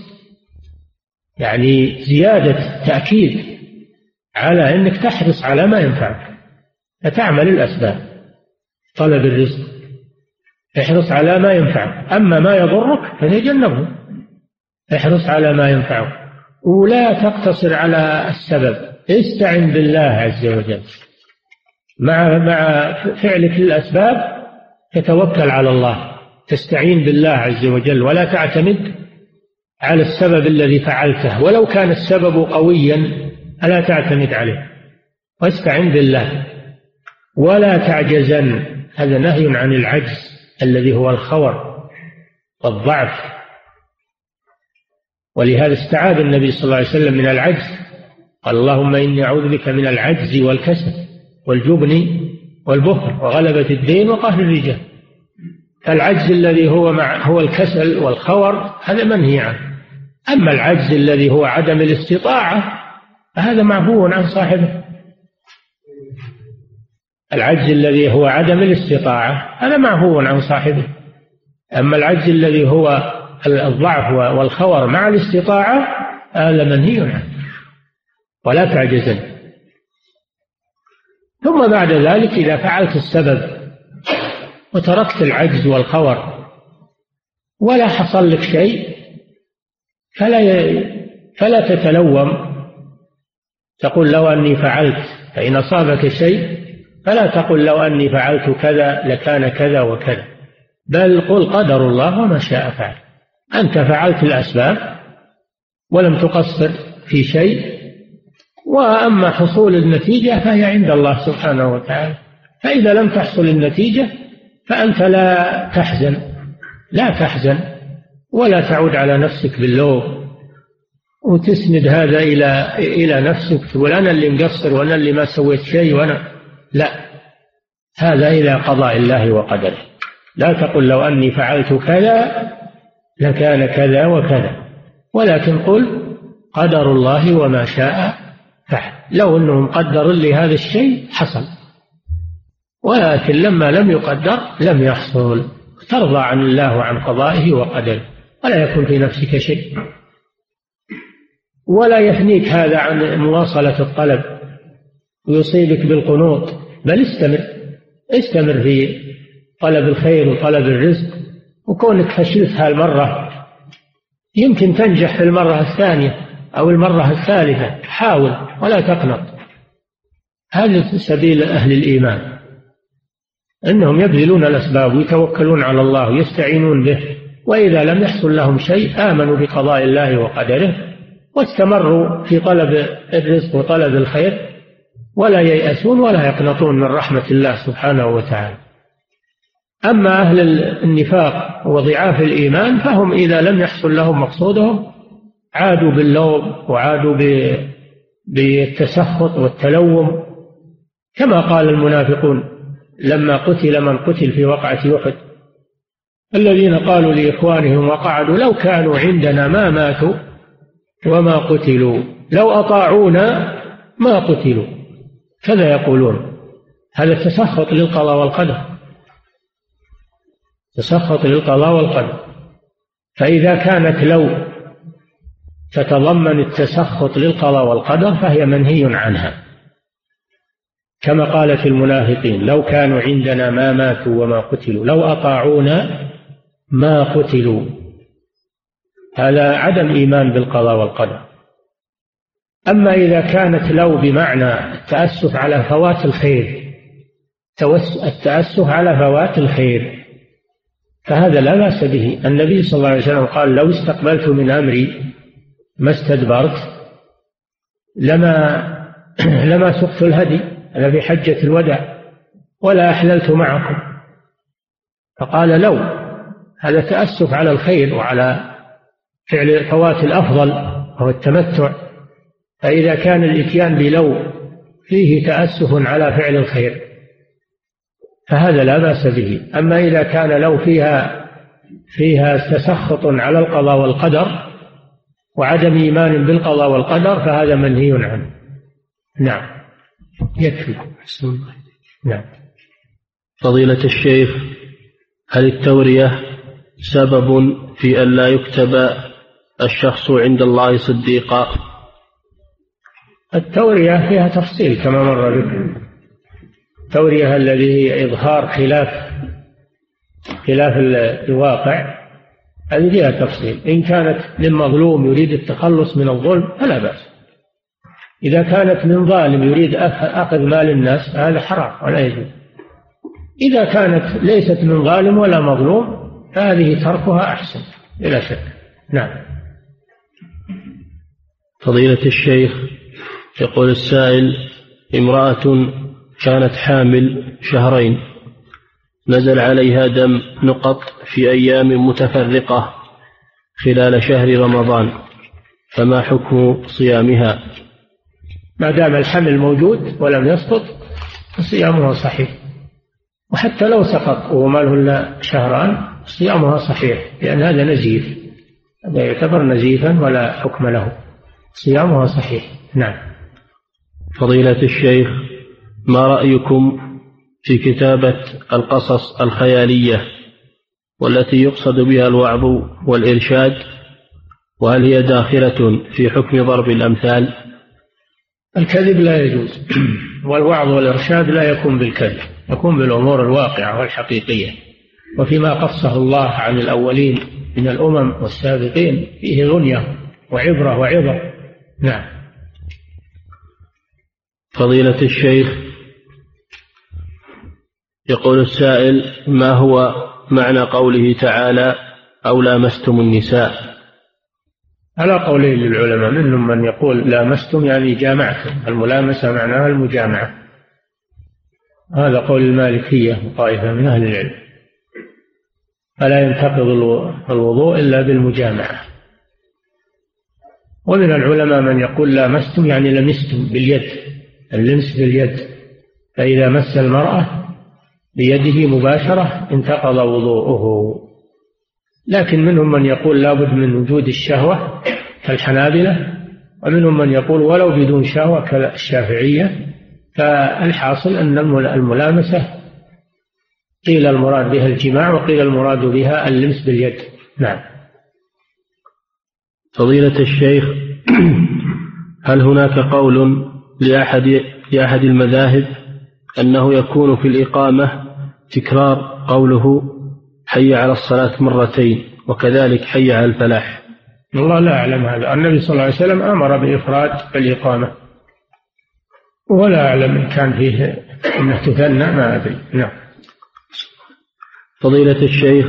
S2: يعني زيادة تأكيد على أنك تحرص على ما ينفعك، فتعمل الأسباب. طلب الرزق احرص على ما ينفعك، أما ما يضرك فتجنبه. احرص على ما ينفعك ولا تقتصر على السبب، استعن بالله عز وجل. مع مع فعلك للأسباب تتوكل على الله، تستعين بالله عز وجل، ولا تعتمد على السبب الذي فعلته ولو كان السبب قويا، ألا تعتمد عليه، واستعن بالله ولا تعجزن. هذا نهي عن العجز الذي هو الخور والضعف. ولهذا استعاذ النبي صلى الله عليه وسلم من العجز، قال: اللهم إني أعوذ بك من العجز والكسل والجبن والبخل وغلبة الدين وقهر الرجال. العجز الذي هو مع هو الكسل والخور هذا منهي عنه. أما العجز الذي هو عدم الاستطاعة هذا معفو عن صاحبه. العجز الذي هو عدم الاستطاعة هذا معفو عن صاحبه. أما العجز الذي هو الضعف والخور مع الاستطاعة هذا منهي عنه، ولا تعجزن. ثم بعد ذلك إذا فعلت السبب وتركت العجز والخور ولا حصل لك شيء فلا فلا تتلوم تقول لو أني فعلت. فإن أصابك شيء فلا تقل لو أني فعلت كذا لكان كذا وكذا، بل قل قدر الله وما شاء فعل. أنت فعلت الأسباب ولم تقصر في شيء، وأما حصول النتيجة فهي عند الله سبحانه وتعالى. فإذا لم تحصل النتيجة فأنت لا تحزن لا تحزن ولا تعود على نفسك باللوم وتسند هذا إلى إلى نفسك، تقول أنا اللي مقصر وأنا اللي ما سويت شيء وأنا لا. هذا إلى قضاء الله وقدره. لا تقل لو أني فعلت كذا لكان كذا وكذا، ولكن قل قدر الله وما شاء فعل. لو أنه مقدر لي هذا الشيء حصل، ولكن لما لم يقدر لم يحصل. ترضى عن الله وعن قضائه وقدره، ولا يكون في نفسك شيء، ولا يثنيك هذا عن مواصلة الطلب ويصيبك بالقنوط، بل استمر استمر في طلب الخير وطلب الرزق. وكونك فشلت هالمرة يمكن تنجح في المرة الثانية أو المرة الثالثة، حاول ولا تقنط. هذا سبيل أهل الإيمان، أنهم يبذلون الأسباب ويتوكلون على الله ويستعينون به، وإذا لم يحصل لهم شيء آمنوا بقضاء الله وقدره واستمروا في طلب الرزق وطلب الخير، ولا ييأسون ولا يقنطون من رحمة الله سبحانه وتعالى. أما أهل النفاق وضعاف الإيمان فهم إذا لم يحصل لهم مقصودهم عادوا باللوم وعادوا بالتسخط والتلوم، كما قال المنافقون لما قتل من قتل في وقعة أحد، الذين قالوا لإخوانهم وقعدوا لو كانوا عندنا ما ماتوا وما قتلوا، لو أطاعونا ما قتلوا، كذا يقولون. هذا تسخط للقضاء والقدر، تسخط للقضاء والقدر. فإذا كانت لو تتضمن التسخط للقضاء والقدر فهي منهي عنها، كما قالت المنافقين: لو كانوا عندنا ما ماتوا وما قتلوا، لو أطاعونا ما قتلوا. هذا عدم إيمان بالقضاء والقدر. أما إذا كانت لو بمعنى التأسف على فوات الخير، التأسف على فوات الخير، فهذا لا بأس به. النبي صلى الله عليه وسلم قال: لو استقبلت من أمري ما استدبرت لما لما سقت الهدي أنا في حجة الوداع ولا أحللت معكم. فقال لو، هذا تأسف على الخير وعلى فعل فوات الأفضل وهو التمتع. فإذا كان الإتيان بلو فيه تأسف على فعل الخير فهذا لا بأس به. أما إذا كان لو فيها فيها تسخط على القضاء والقدر وعدم إيمان بالقضاء والقدر فهذا منهي عنه. نعم، يكفي. نعم.
S1: فضيلة الشيخ، هل التورية سبب في أن لا يكتب الشخص عند الله صديقا؟
S2: التورية فيها تفصيل كما مر بكم. التورية الذي هي إظهار خلاف خلاف الواقع هذه فيها تفصيل. إن كانت للمظلوم يريد التخلص من الظلم فلا بأس. إذا كانت من ظالم يريد أخذ مال الناس هذا حرام ولا يجوز. إذا كانت ليست من ظالم ولا مظلوم فهذه تركها أحسن بلا شك. نعم.
S1: فضيلة الشيخ، يقول السائل: امرأة كانت حامل شهرين، نزل عليها دم نقط في أيام متفرقة خلال شهر رمضان، فما حكم صيامها؟
S2: ما دام الحمل موجود ولم يسقط صيامها صحيح، وحتى لو سقط وما له إلا شهران صيامها صحيح، لأن هذا نزيف، هذا يعتبر نزيفا ولا حكم له، صيامها صحيح. نعم.
S1: فضيلة الشيخ، ما رأيكم في كتابة القصص الخيالية والتي يقصد بها الوعظ والإرشاد، وهل هي داخلة في حكم ضرب الأمثال؟
S2: الكذب لا يجوز، والوعظ والإرشاد لا يكون بالكذب، يكون بالأمور الواقعة والحقيقية. وفيما قصه الله عن الأولين من الأمم والسابقين فيه غنية وعبرة وعظة. نعم.
S1: فضيلة الشيخ، يقول السائل: ما هو معنى قوله تعالى: أو لامستم النساء؟
S2: على قولين للعلماء، منهم من يقول لامستم يعني جامعتم، الملامسة معناها المجامعة، هذا قول المالكية وطائفة من أهل العلم، فلا ينتقض الوضوء إلا بالمجامعة. ومن العلماء من يقول لامستم يعني لمستم باليد، اللمس باليد، فإذا مس المرأة بيده مباشرة انتقض وضوءه. لكن منهم من يقول لابد من وجود الشهوة كالحنابلة، ومنهم من يقول ولو بدون شهوة كالشافعية. فالحاصل أن الملامسة قيل المراد بها الجماع وقيل المراد بها اللمس باليد. نعم.
S1: فضيلة الشيخ، هل هناك قول لأحد لأحد المذاهب أنه يكون في الإقامة تكرار قوله حي على الصلاة مرتين وكذلك حي على الفلاح؟
S2: والله لا أعلم هذا. النبي صلى الله عليه وسلم أمر بإفراد الإقامة، ولا أعلم إن كان فيه أنه تثنى، ما أدري. نعم.
S1: فضيلة الشيخ،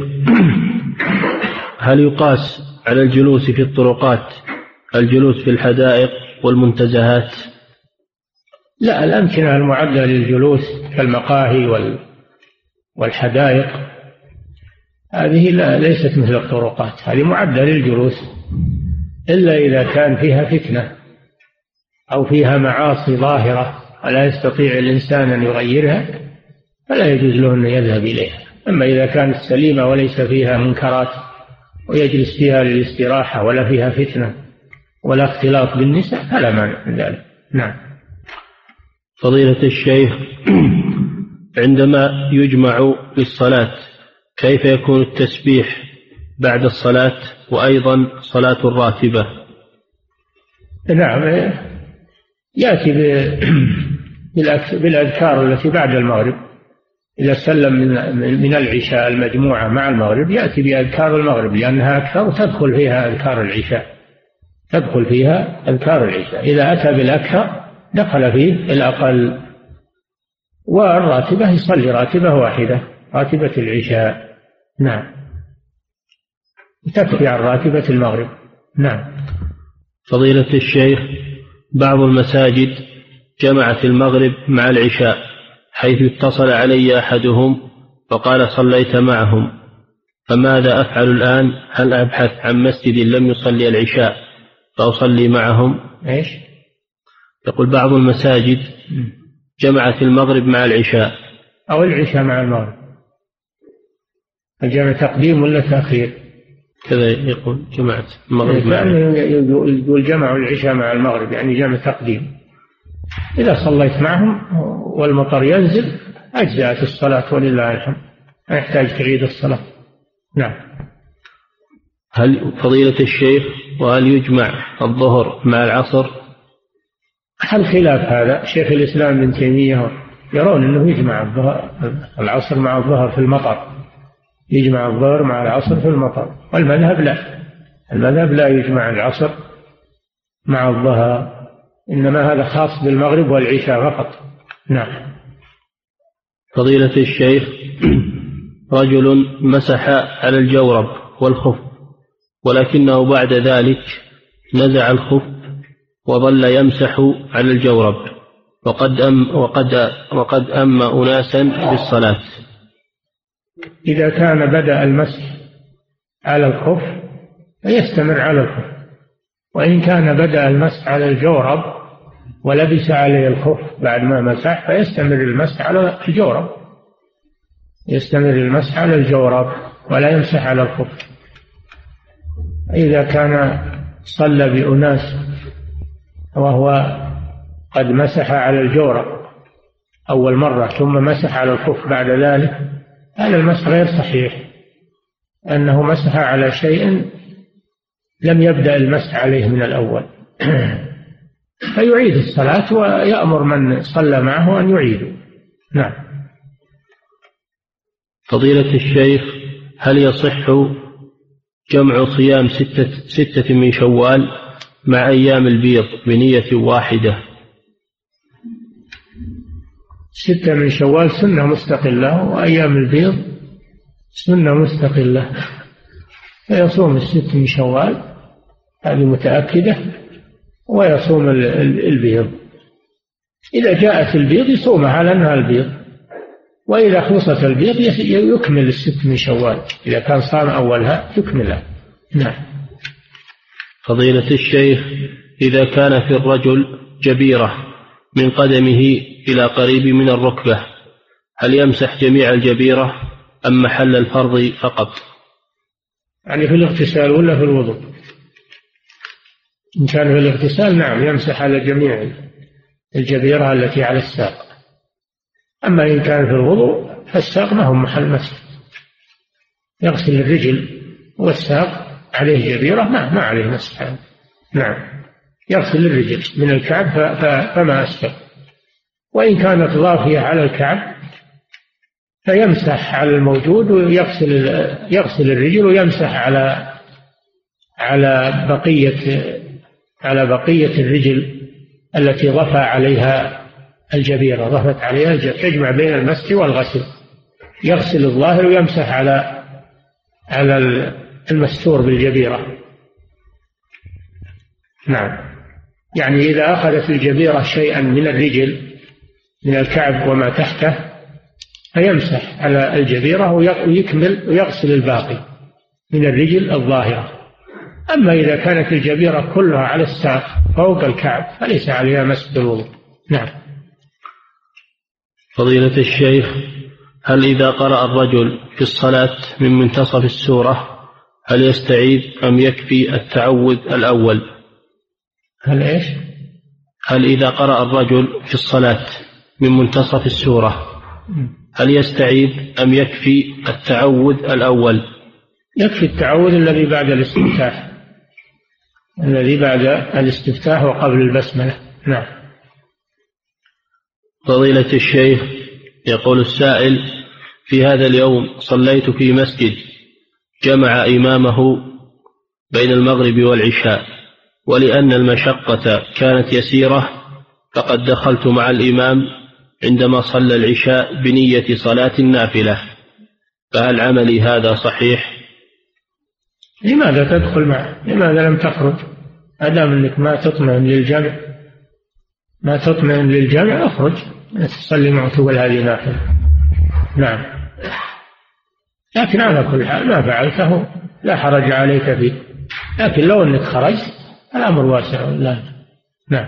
S1: هل يقاس على الجلوس في الطرقات الجلوس في الحدائق والمنتزهات؟
S2: لا، الأمكنة المعدة للجلوس كالمقاهي والحدائق هذه لا ليست مثل الطرقات، هذه معدة للجلوس، إلا إذا كان فيها فتنة أو فيها معاصي ظاهرة ولا يستطيع الإنسان أن يغيرها فلا يجوز له أن يذهب إليها. أما إذا كانت سليمة وليس فيها منكرات ويجلس فيها للاستراحة ولا فيها فتنة ولا اختلاط بالنساء فلا مانع من ذلك. نعم.
S1: فضيلة الشيخ، عندما يجمع للصلاة كيف يكون التسبيح بعد الصلاة وأيضا صلاة الراتبة؟
S2: نعم، يأتي بالأذكار التي بعد المغرب. إذا سلم من العشاء المجموعة مع المغرب يأتي بأذكار المغرب، لأنها أكثر تدخل فيها أذكار العشاء تدخل فيها أذكار العشاء. إذا أتى بالأكثر دخل فيه الأقل. والراتبة يصلي راتبة واحدة، راتبة العشاء. نعم، تكفي عن راتبة المغرب. نعم.
S1: فضيلة الشيخ، بعض المساجد جمعت المغرب مع العشاء، حيث اتصل علي أحدهم وقال صليت معهم، فماذا أفعل الآن؟ هل أبحث عن مسجد لم يصلي العشاء فأصلي معهم؟
S2: إيش؟
S1: يقول بعض المساجد جمعت المغرب مع العشاء،
S2: أو العشاء مع المغرب، الجمع تقديم ولا تأخير؟
S1: كذا يقول جمعت المغرب مع
S2: يقول جمع العشاء مع المغرب، يعني جمع تقديم. إذا صليت معهم والمطر ينزل أجزأت الصلاة ولله الحمد، لا يحتاج تعيد الصلاة. نعم.
S1: هل فضيلة الشيخ وهل يجمع الظهر مع العصر؟
S2: هل خلاف هذا؟ شيخ الإسلام ابن تيمية يرون أنه يجمع العصر مع الظهر في المطر، يجمع الظهر مع العصر في المطر، والمذهب لا، المذهب لا يجمع العصر مع الظهر، إنما هذا خاص بالمغرب والعشاء فقط. نعم.
S1: فضيلة الشيخ، رجل مسح على الجورب والخف، ولكنه بعد ذلك نزع الخف وظل يمسح على الجورب، وقد أم وقد وقد أم أناسا بالصلاة.
S2: إذا كان بدأ المسح على الخف فيستمر على الخف، وإن كان بدأ المسح على الجورب ولبس عليه الخف بعد ما مسح فيستمر المسح على الجورب، يستمر المسح على الجورب ولا يمسح على الخف. إذا كان صلى بأناس وهو قد مسح على الجورب أول مرة ثم مسح على الخف بعد ذلك، هذا المسح غير صحيح، أنه مسح على شيء لم يبدأ المسح عليه من الأول فيعيد الصلاة ويأمر من صلى معه أن يعيده. نعم.
S1: فضيلة الشيخ، هل يصح جمع صيام ستة, ستة من شوال مع أيام البيض بنية واحدة؟
S2: ستة من شوال سنة مستقلة، وأيام البيض سنة مستقلة، فيصوم الست من شوال هذه متأكدة، ويصوم البيض. إذا جاءت البيض يصومها على أنها البيض، وإذا خلصت البيض يكمل الست من شوال، إذا كان صام أولها يكملها. نعم.
S1: فضيلة الشيخ، إذا كان في الرجل جبيرة من قدمه إلى قريب من الركبة، هل يمسح جميع الجبيرة أم محل الفرض فقط؟
S2: يعني في الاغتسال ولا في الوضوء؟ إن كان في الاغتسال نعم يمسح على جميع الجبيرة التي على الساق، أما إن كان في الوضوء فالساق ما هو محل مسح، يغسل الرجل والساق عليه جبيرة ما, ما عليه مسح. نعم، يغسل الرجل من الكعب فما أسفل، وإن كانت ضافية على الكعب فيمسح على الموجود ويغسل يغسل الرجل ويمسح على على بقية على بقية الرجل التي ضفى عليها الجبيرة، ضفت عليها الجبيرة، يجمع بين المسح والغسل، يغسل الظاهر ويمسح على على المستور بالجبيرة. نعم، يعني إذا أخذت الجبيرة شيئا من الرجل من الكعب وما تحته فيمسح على الجبيرة ويكمل ويغسل الباقي من الرجل الظاهرة. أما إذا كانت الجبيرة كلها على الساق فوق الكعب فليس عليها مسح الوضوء. نعم.
S1: فضيلة الشيخ، هل إذا قرأ الرجل في الصلاة من منتصف السورة هل يستعيذ أم يكفي التعوذ الأول؟
S2: هل إيش؟
S1: هل إذا قرأ الرجل في الصلاة من منتصف السورة هل يستعيد أم يكفي التعوذ الأول؟
S2: يكفي التعوذ الذي بعد الاستفتاح، الذي بعد الاستفتاح وقبل البسملة. نعم.
S1: فضيلة الشيخ، يقول السائل: في هذا اليوم صليت في مسجد جمع إمامه بين المغرب والعشاء، ولأن المشقة كانت يسيرة فقد دخلت مع الإمام عندما صلى العشاء بنية صلاة النافلة، فهل عملي هذا صحيح؟
S2: لماذا تدخل معه؟ لماذا لم تخرج؟ أدام أنك ما تطمئن للجمع ما تطمئن للجمع اخرج تصلي معه تقول هذه نافلة. نعم. لكن على كل حال ما فعلته لا حرج عليك فيه، لكن لو أنك خرجت الأمر واسع. لا. نعم.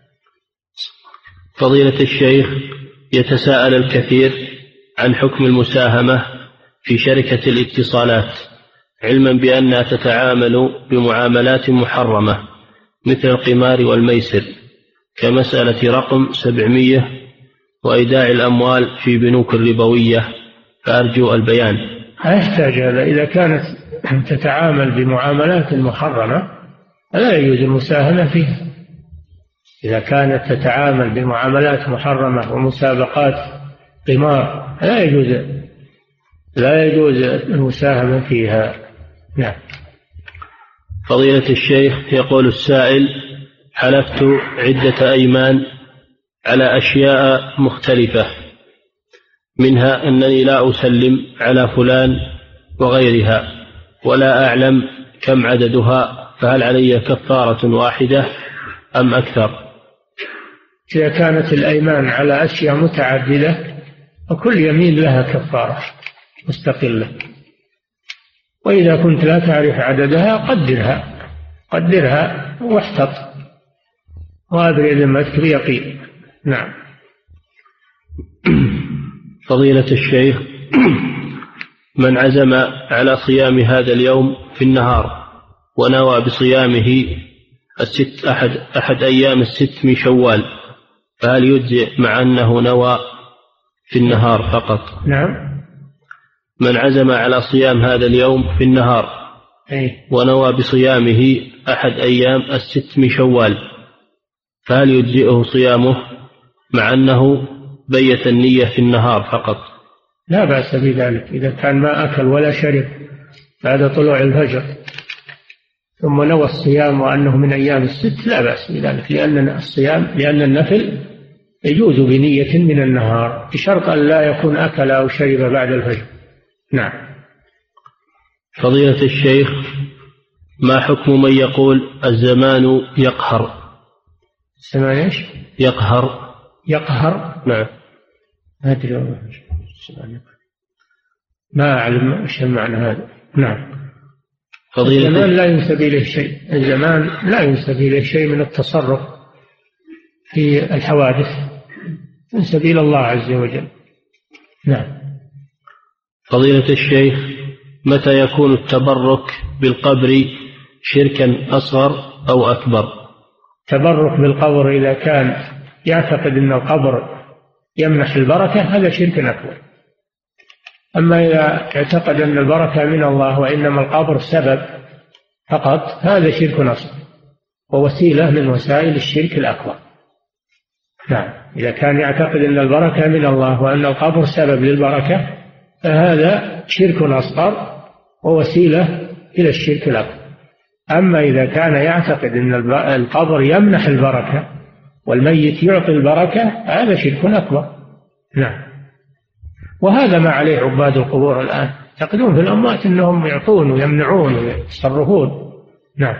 S1: فضيلة الشيخ، يتساءل الكثير عن حكم المساهمة في شركة الاتصالات، علما بأنها تتعامل بمعاملات محرمة مثل القمار والميسر، كمسألة رقم سبعمية وإيداع الأموال في بنوك الربوية، فأرجو البيان.
S2: يحتاج هذا. إذا كانت تتعامل بمعاملات محرمة لا يجوز المساهمة فيها. إذا كانت تتعامل بمعاملات محرمة ومسابقات قمار لا يجوز لا يجوز المساهمة فيها. نعم.
S1: فضيلة الشيخ، يقول السائل: حلفت عدة أيمان على أشياء مختلفة، منها أنني لا أسلم على فلان وغيرها ولا أعلم كم عددها، فهل علي كفارة واحدة أم أكثر؟
S2: إذا كانت الأيمان على أشياء متعددة وكل يمين لها كفارة مستقلة، وإذا كنت لا تعرف عددها قدرها قدرها واحتط وأدري ذمتك بيقين. نعم.
S1: فضيلة الشيخ، من عزم على صيام هذا اليوم في النهار ونوى بصيامه الست أحد, أحد أيام الست من شوال، فهل يجزئ مع أنه نوى في النهار فقط؟
S2: نعم.
S1: من عزم على صيام هذا اليوم في النهار ونوى بصيامه أحد أيام الست من شوال، فهل يجزئه صيامه مع أنه بيت النية في النهار فقط؟
S2: لا بأس بذلك. إذا كان ما أكل ولا شرب بعد طلوع الفجر ثم نوى الصيام وأنه من أيام الست لا بأس بذلك، لأن الصيام لأن النفل يجوز بنية من النهار بشرط أن لا يكون أكل أو شرب بعد الفجر. نعم.
S1: فضيلة الشيخ، ما حكم من يقول الزمان يقهر؟
S2: الزمان ايش؟
S1: يقهر.
S2: يقهر.
S1: نعم.
S2: ما أدري ما أعلم ايش المعنى هذا. نعم.
S1: فضيلة
S2: الزمان لا ينسب إليه شيء، الزمان لا ينسب إليه شيء من التصرف في الحوادث، ينسب إلى الله عز وجل. نعم.
S1: فضيلة الشيخ، متى يكون التبرك بالقبر شركا أصغر أو أكبر؟
S2: تبرك بالقبر إذا كان يعتقد أن القبر يمنح البركة هذا شرك أكبر. أما إذا اعتقد أن البركة من الله وإنما القبر سبب فقط هذا شرك أصغر ووسيلة من وسائل الشرك الأكبر. نعم. إذا كان يعتقد أن البركة من الله وأن القبر سبب للبركة فهذا شرك أصغر ووسيلة إلى الشرك الأكبر. أما إذا كان يعتقد أن القبر يمنح البركة والميت يعطي البركة هذا شرك أكبر. نعم. وهذا ما عليه عباد القبور الآن، يعتقدون في الأموات أنهم يعطون ويمنعون ويتصرفون. نعم.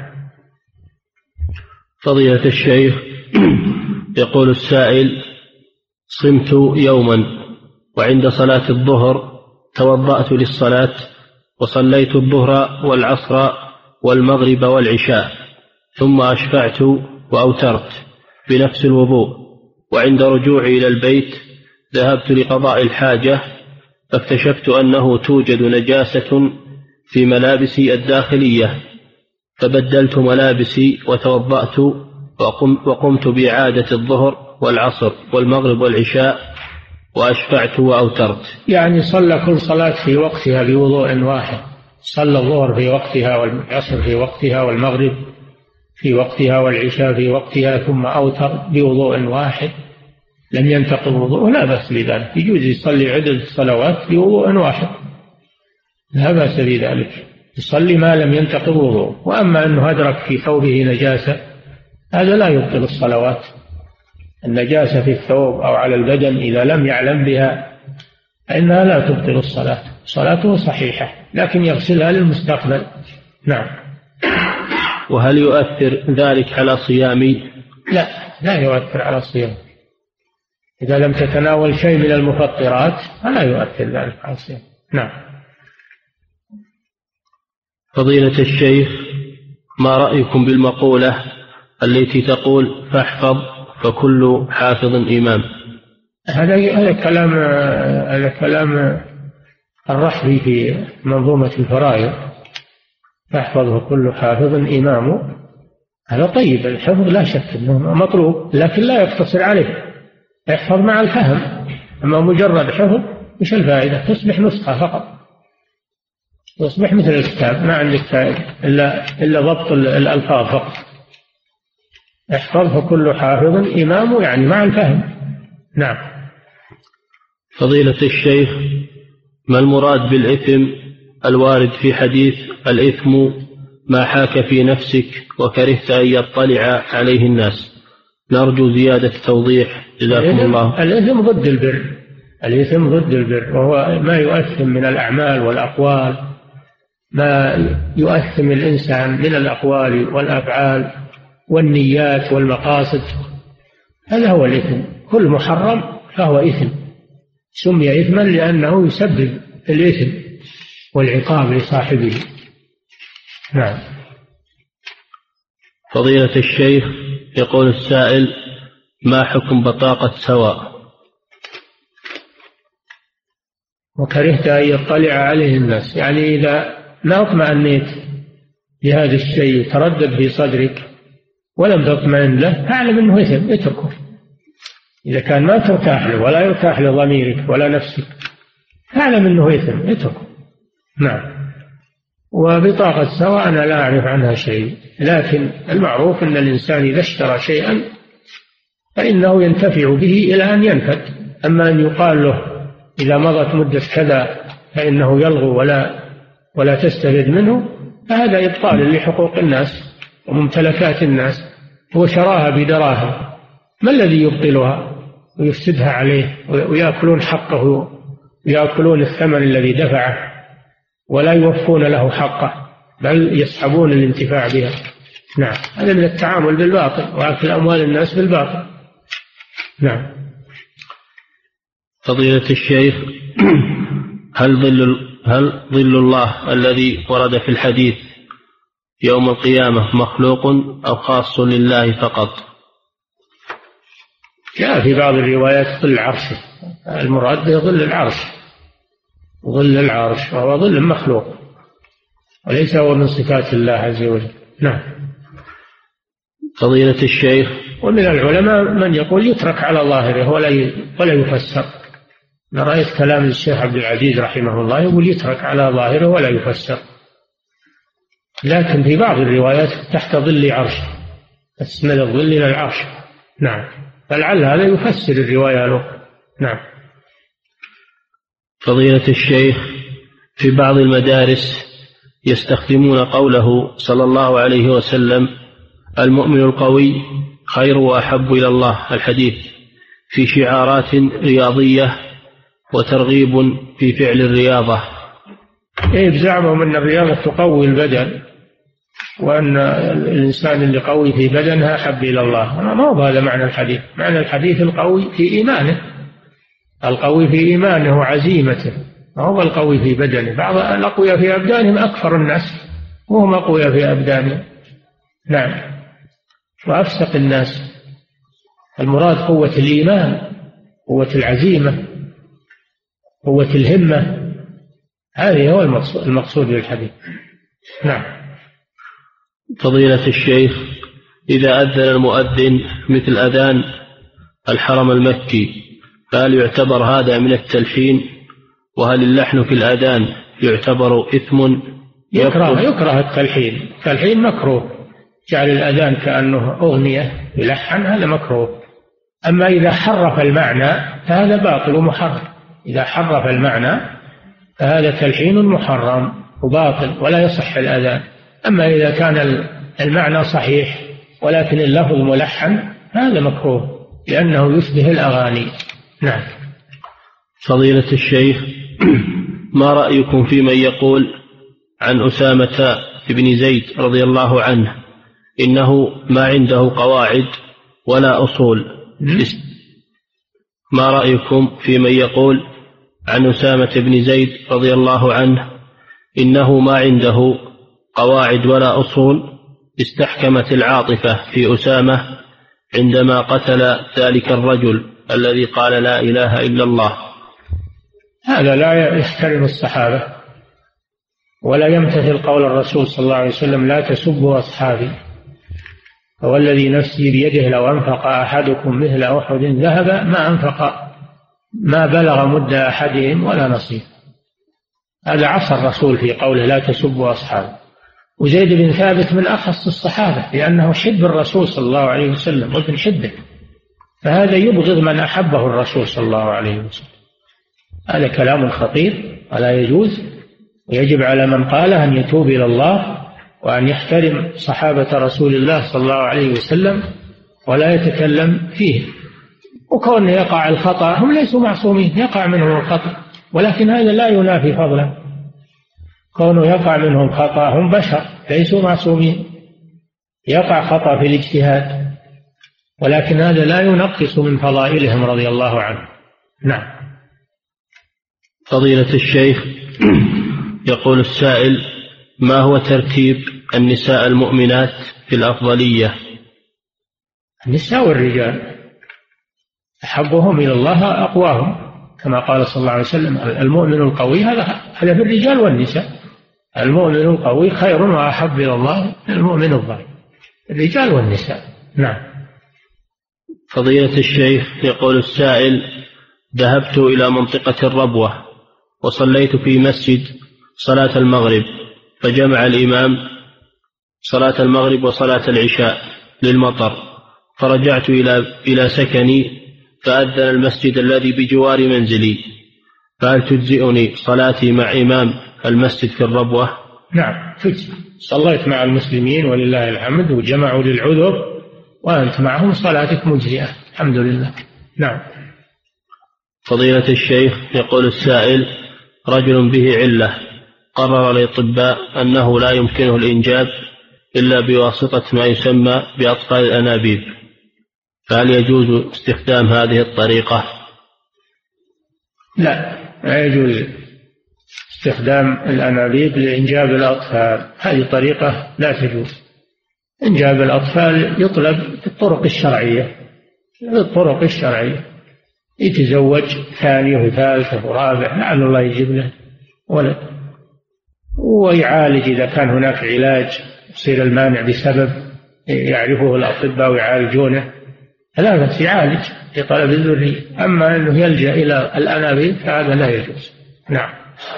S1: فضيلة الشيخ، يقول السائل: صمت يوما وعند صلاة الظهر توضأت للصلاة وصليت الظهر والعصر والمغرب والعشاء، ثم أشفعت وأوترت بنفس الوضوء، وعند رجوعي إلى البيت ذهبت لقضاء الحاجة فاكتشفت أنه توجد نجاسة في ملابسي الداخلية، فبدلت ملابسي وتوضأت وقمت بإعادة الظهر والعصر والمغرب والعشاء وأشفعت وأوترت.
S2: يعني صلى كل صلاة في وقتها بوضوء واحد، صلى الظهر في وقتها والعصر في وقتها والمغرب في وقتها والعشاء في وقتها، ثم أوتر بوضوء واحد لم ينتقض وضوءه، لا بأس بذلك، يجوز يصلي عدد الصلوات بوضوء واحد، لا بأس بذلك، يصلي ما لم ينتقض وضوءه. وأما أنه أدرك في ثوبه نجاسة هذا لا يبطل الصلوات. النجاسة في الثوب أو على البدن إذا لم يعلم بها فإنها لا تبطل الصلاة، صلاته صحيحة، لكن يغسلها للمستقبل. نعم.
S1: وهل يؤثر ذلك على صيامي؟
S2: لا، لا يؤثر على الصيام. إذا لم تتناول شيء من المفطرات فلا يؤثر ذلك على الصيام. نعم.
S1: فضيلة الشيخ، ما رأيكم بالمقولة التي تقول فاحفظ فكل حافظ إمام؟
S2: هذا هذا كلام هذا كلام الرحبي في منظومة الفرائض، فاحفظ فكل حافظ إمام. هذا طيب، الحفظ لا شك أنه مطلوب، لكن لا يقتصر عليه، يحفظ مع الفهم. أما مجرد حفظ مش الفائدة؟ تصبح نسخة فقط، تصبح مثل الكتاب، ما عندك فائدة إلا إلا ضبط الألفاظ فقط. احفظ فكل حافظ إمام، يعني مع الفهم. نعم.
S1: فضيلة الشيخ، ما المراد بالإثم الوارد في حديث الإثم ما حاك في نفسك وكرهت أن يطلع عليه الناس؟ نرجو زيادة توضيح جزاكم الله.
S2: الإثم ضد البر، الإثم ضد البر، وهو ما يؤثم من الأعمال والأقوال، ما يؤثم الإنسان من الأقوال والأفعال والنيات والمقاصد، هذا هو الإثم. كل محرم فهو إثم، سمي إثما لأنه يسبب الإثم والعقاب لصاحبه. نعم.
S1: فضيلة الشيخ، يقول السائل: ما حكم بطاقة سواء؟
S2: وكرهت أن يطلع عليه الناس، يعني إذا ما اطمأنيت لهذا الشيء تردد في صدرك ولم تطمئن له فاعلم أنه إثم، اتركه. إذا كان ما ترتاح له ولا يرتاح لضميرك ولا نفسك فاعلم أنه إثم، اتركه. نعم. وبطاقة سواء أنا لا أعرف عنها شيء، لكن المعروف أن الإنسان إذا اشترى شيئا فإنه ينتفع به إلى أن ينفد. أما أن يقال له إذا مضت مدة كذا فإنه يلغو ولا ولا تستفد منه، فهذا إبطال لحقوق الناس وممتلكات الناس. هو شراها بدراهم، ما الذي يبطلها ويفسدها عليه ويأكلون حقه ويأكلون الثمن الذي دفعه ولا يوفون له حقه، بل يسحبون الانتفاع بها. نعم، هذا من التعامل بالباطل وأكل أموال الناس بالباطل. نعم.
S1: فضيلة الشيخ، هل ظل هل ظل الله الذي ورد في الحديث يوم القيامة مخلوق أو خاص لله فقط؟
S2: جاء في بعض الروايات ظل عرشه، المراد به ظل العرش، ظل العرش وهو ظل مخلوق وليس هو من صفات الله عز وجل. نعم.
S1: فضيلة الشيخ،
S2: ومن العلماء من يقول يترك على ظاهره ولا ولا يفسر. أنا رأيت كلام الشيخ عبد العزيز رحمه الله يقول يترك على ظاهره ولا يفسر، لكن في بعض الروايات تحت ظل عرش، تسمى الظل إلى العرش. نعم، فلعل هذا يفسر الرواية له. نعم.
S1: فضيلة الشيخ، في بعض المدارس يستخدمون قوله صلى الله عليه وسلم: المؤمن القوي خير وأحب إلى الله، الحديث، في شعارات رياضية وترغيب في فعل الرياضة.
S2: إيه، زعمهم أن الرياضة تقوي البدن وأن الإنسان اللي قوي في بدنها أحب إلى الله. ما هو هذا معنى الحديث. معنى الحديث القوي في إيمانه، القوي في إيمانه وعزيمته، ما هو القوي في بدنه. بعض الأقوياء في أبدانهم أكثر الناس وهم أقوياء في أبدانهم. نعم. وأفسق الناس. المراد قوة الإيمان، قوة العزيمة، قوة الهمة، هذه هو المقصود بالحديث. نعم.
S1: فضيلة الشيخ، إذا أذن المؤذن مثل أذان الحرم المكي فهل يعتبر هذا من التلحين؟ وهل اللحن في الأذان يعتبر إثم؟
S2: يكره, يكره التلحين. التلحين مكروه، جعل الأذان كأنه أغنية يلحن، هذا مكروه. أما إذا حرف المعنى فهذا باطل ومحرم. إذا حرف المعنى فهذا تلحين محرم وباطل ولا يصح الأذان. أما إذا كان المعنى صحيح ولكن اللفظ ملحن هذا مكروه لأنه يشبه الأغاني. نعم.
S1: فضيلة الشيخ، ما رأيكم في من يقول عن أسامة بن زيد رضي الله عنه إنه ما عنده قواعد ولا أصول؟ ما رأيكم في من يقول عن أسامة بن زيد رضي الله عنه إنه ما عنده قواعد ولا أصول، استحكمت العاطفة في أسامة عندما قتل ذلك الرجل الذي قال لا إله إلا الله؟
S2: هذا لا يحترم الصحابة ولا يمتثل قول الرسول صلى الله عليه وسلم لا تسبوا أصحابي، فوالذي نفسي بيده لو أنفق أحدكم مثل أحد ذهب ما أنفق ما بلغ مد أحدهم ولا نصيب. هذا عصى الرسول في قوله لا تسبوا أصحابي. وزيد بن ثابت من أخص الصحابة لأنه حب الرسول صلى الله عليه وسلم وابن حبه، فهذا يبغض من أحبه الرسول صلى الله عليه وسلم. هذا كلام خطير ولا يجوز، ويجب على من قاله أن يتوب إلى الله وأن يحترم صحابة رسول الله صلى الله عليه وسلم ولا يتكلم فيه. وكون يقع الخطأ، هم ليسوا معصومين، يقع منهم الخطأ، ولكن هذا لا ينافي فضله. كونه يقع منهم خطأ، هم بشر ليسوا معصومين، يقع خطأ في الاجتهاد، ولكن هذا لا ينقص من فضائلهم رضي الله عنهم. نعم.
S1: فضيلة الشيخ، يقول السائل: ما هو ترتيب النساء المؤمنات في الأفضلية؟
S2: النساء والرجال أحبهم إلى الله أقواهم، كما قال صلى الله عليه وسلم المؤمن القوي، هذا هذا في الرجال والنساء. المؤمن القوي خير وأحب إلى الله من المؤمن الضعيف، الرجال والنساء. نعم.
S1: فضيلة الشيخ، يقول السائل: ذهبت إلى منطقة الربوة وصليت في مسجد صلاة المغرب، فجمع الإمام صلاة المغرب وصلاة العشاء للمطر، فرجعت إلى إلى سكني فأذن المسجد الذي بجوار منزلي، فهل تجزئني صلاتي مع إمام المسجد في الربوة؟
S2: نعم تجزئ. صليت مع المسلمين ولله الحمد وجمعوا للعذر وأنت معهم، صلاتك مجزئة الحمد لله. نعم.
S1: فضيلة الشيخ، يقول السائل: رجل به علة قرر الأطباء أنه لا يمكنه الإنجاب إلا بواسطة ما يسمى بأطفال الأنابيب، فهل يجوز استخدام هذه الطريقة؟
S2: لا، لا يجوز استخدام الأنابيب لإنجاب الأطفال، هذه طريقة لا تجوز. إنجاب الأطفال يطلب بالطرق الشرعية، بالطرق الشرعية، يتزوج ثانية وثالثة ورابع لعل الله يجيب له ولد، ويعالج إذا كان هناك علاج يصير المانع بسبب يعرفه الأطباء ويعالجونه، لا بس يعالج لطلب الذرية. أما أنه يلجأ إلى الأنابيب فهذا لا يجوز. نعم.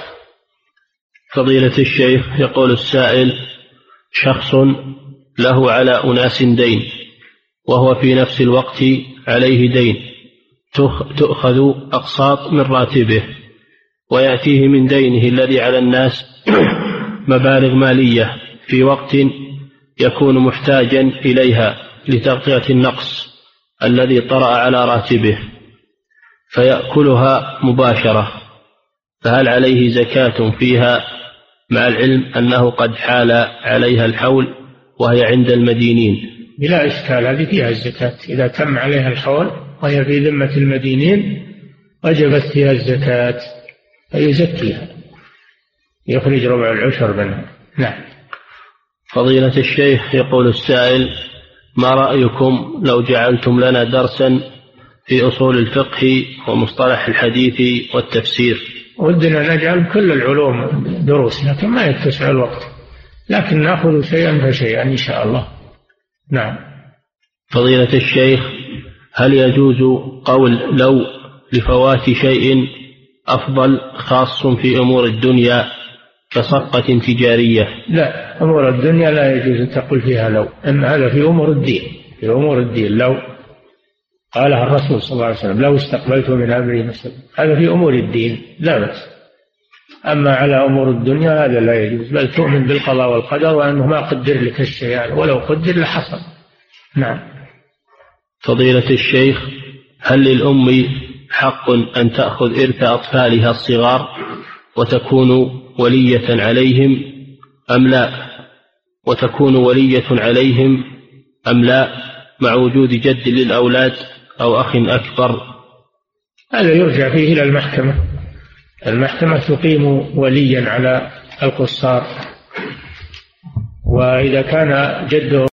S1: فضيلة الشيخ، يقول السائل: شخص له على أناس دين وهو في نفس الوقت عليه دين، تؤخذ أقساط من راتبه، ويأتيه من دينه الذي على الناس مبالغ مالية في وقت يكون محتاجا إليها لتغطية النقص الذي طرأ على راتبه، فيأكلها مباشرة، فهل عليه زكاة فيها مع العلم أنه قد حال عليها الحول وهي عند المدينين؟
S2: بلا إشكال، هذه فيها الزكاة إذا تم عليها الحول وهي في ذمة المدينين وجبت فيها الزكاة فيزكيها، يخرج ربع العشر منها. نعم.
S1: فضيلة الشيخ، يقول السائل: ما رأيكم لو جعلتم لنا درسا في أصول الفقه ومصطلح الحديث والتفسير؟
S2: ودنا نجعل كل العلوم دروس لكن ما يتسع الوقت، لكن نأخذ شيئا فشيئا إن شاء الله. نعم.
S1: فضيلة الشيخ، هل يجوز قول لو لفوات شيء أفضل خاص في أمور الدنيا كصفقة تجارية؟
S2: لا، أمور الدنيا لا يجوز أن تقول فيها لو، أن هذا في أمور الدين. في أمور الدين لو قالها الرسول صلى الله عليه وسلم لو استقبلت من أمري مثلا، هذا في أمور الدين لا بأس. أما على أمور الدنيا هذا لا يجوز، بل تؤمن بالقضاء والقدر وأنه ما قدر لك الشيء يعني، ولو قدر لحصل. نعم.
S1: فضيلة الشيخ، هل للأم حق أن تأخذ إرث أطفالها الصغار وتكون ولية عليهم أم لا وتكون ولية عليهم أم لا مع وجود جد للأولاد أو أخ أكبر؟
S2: هذا يرجع فيه إلى المحكمة. المحكمة تقيم وليا على القصار، وإذا كان جده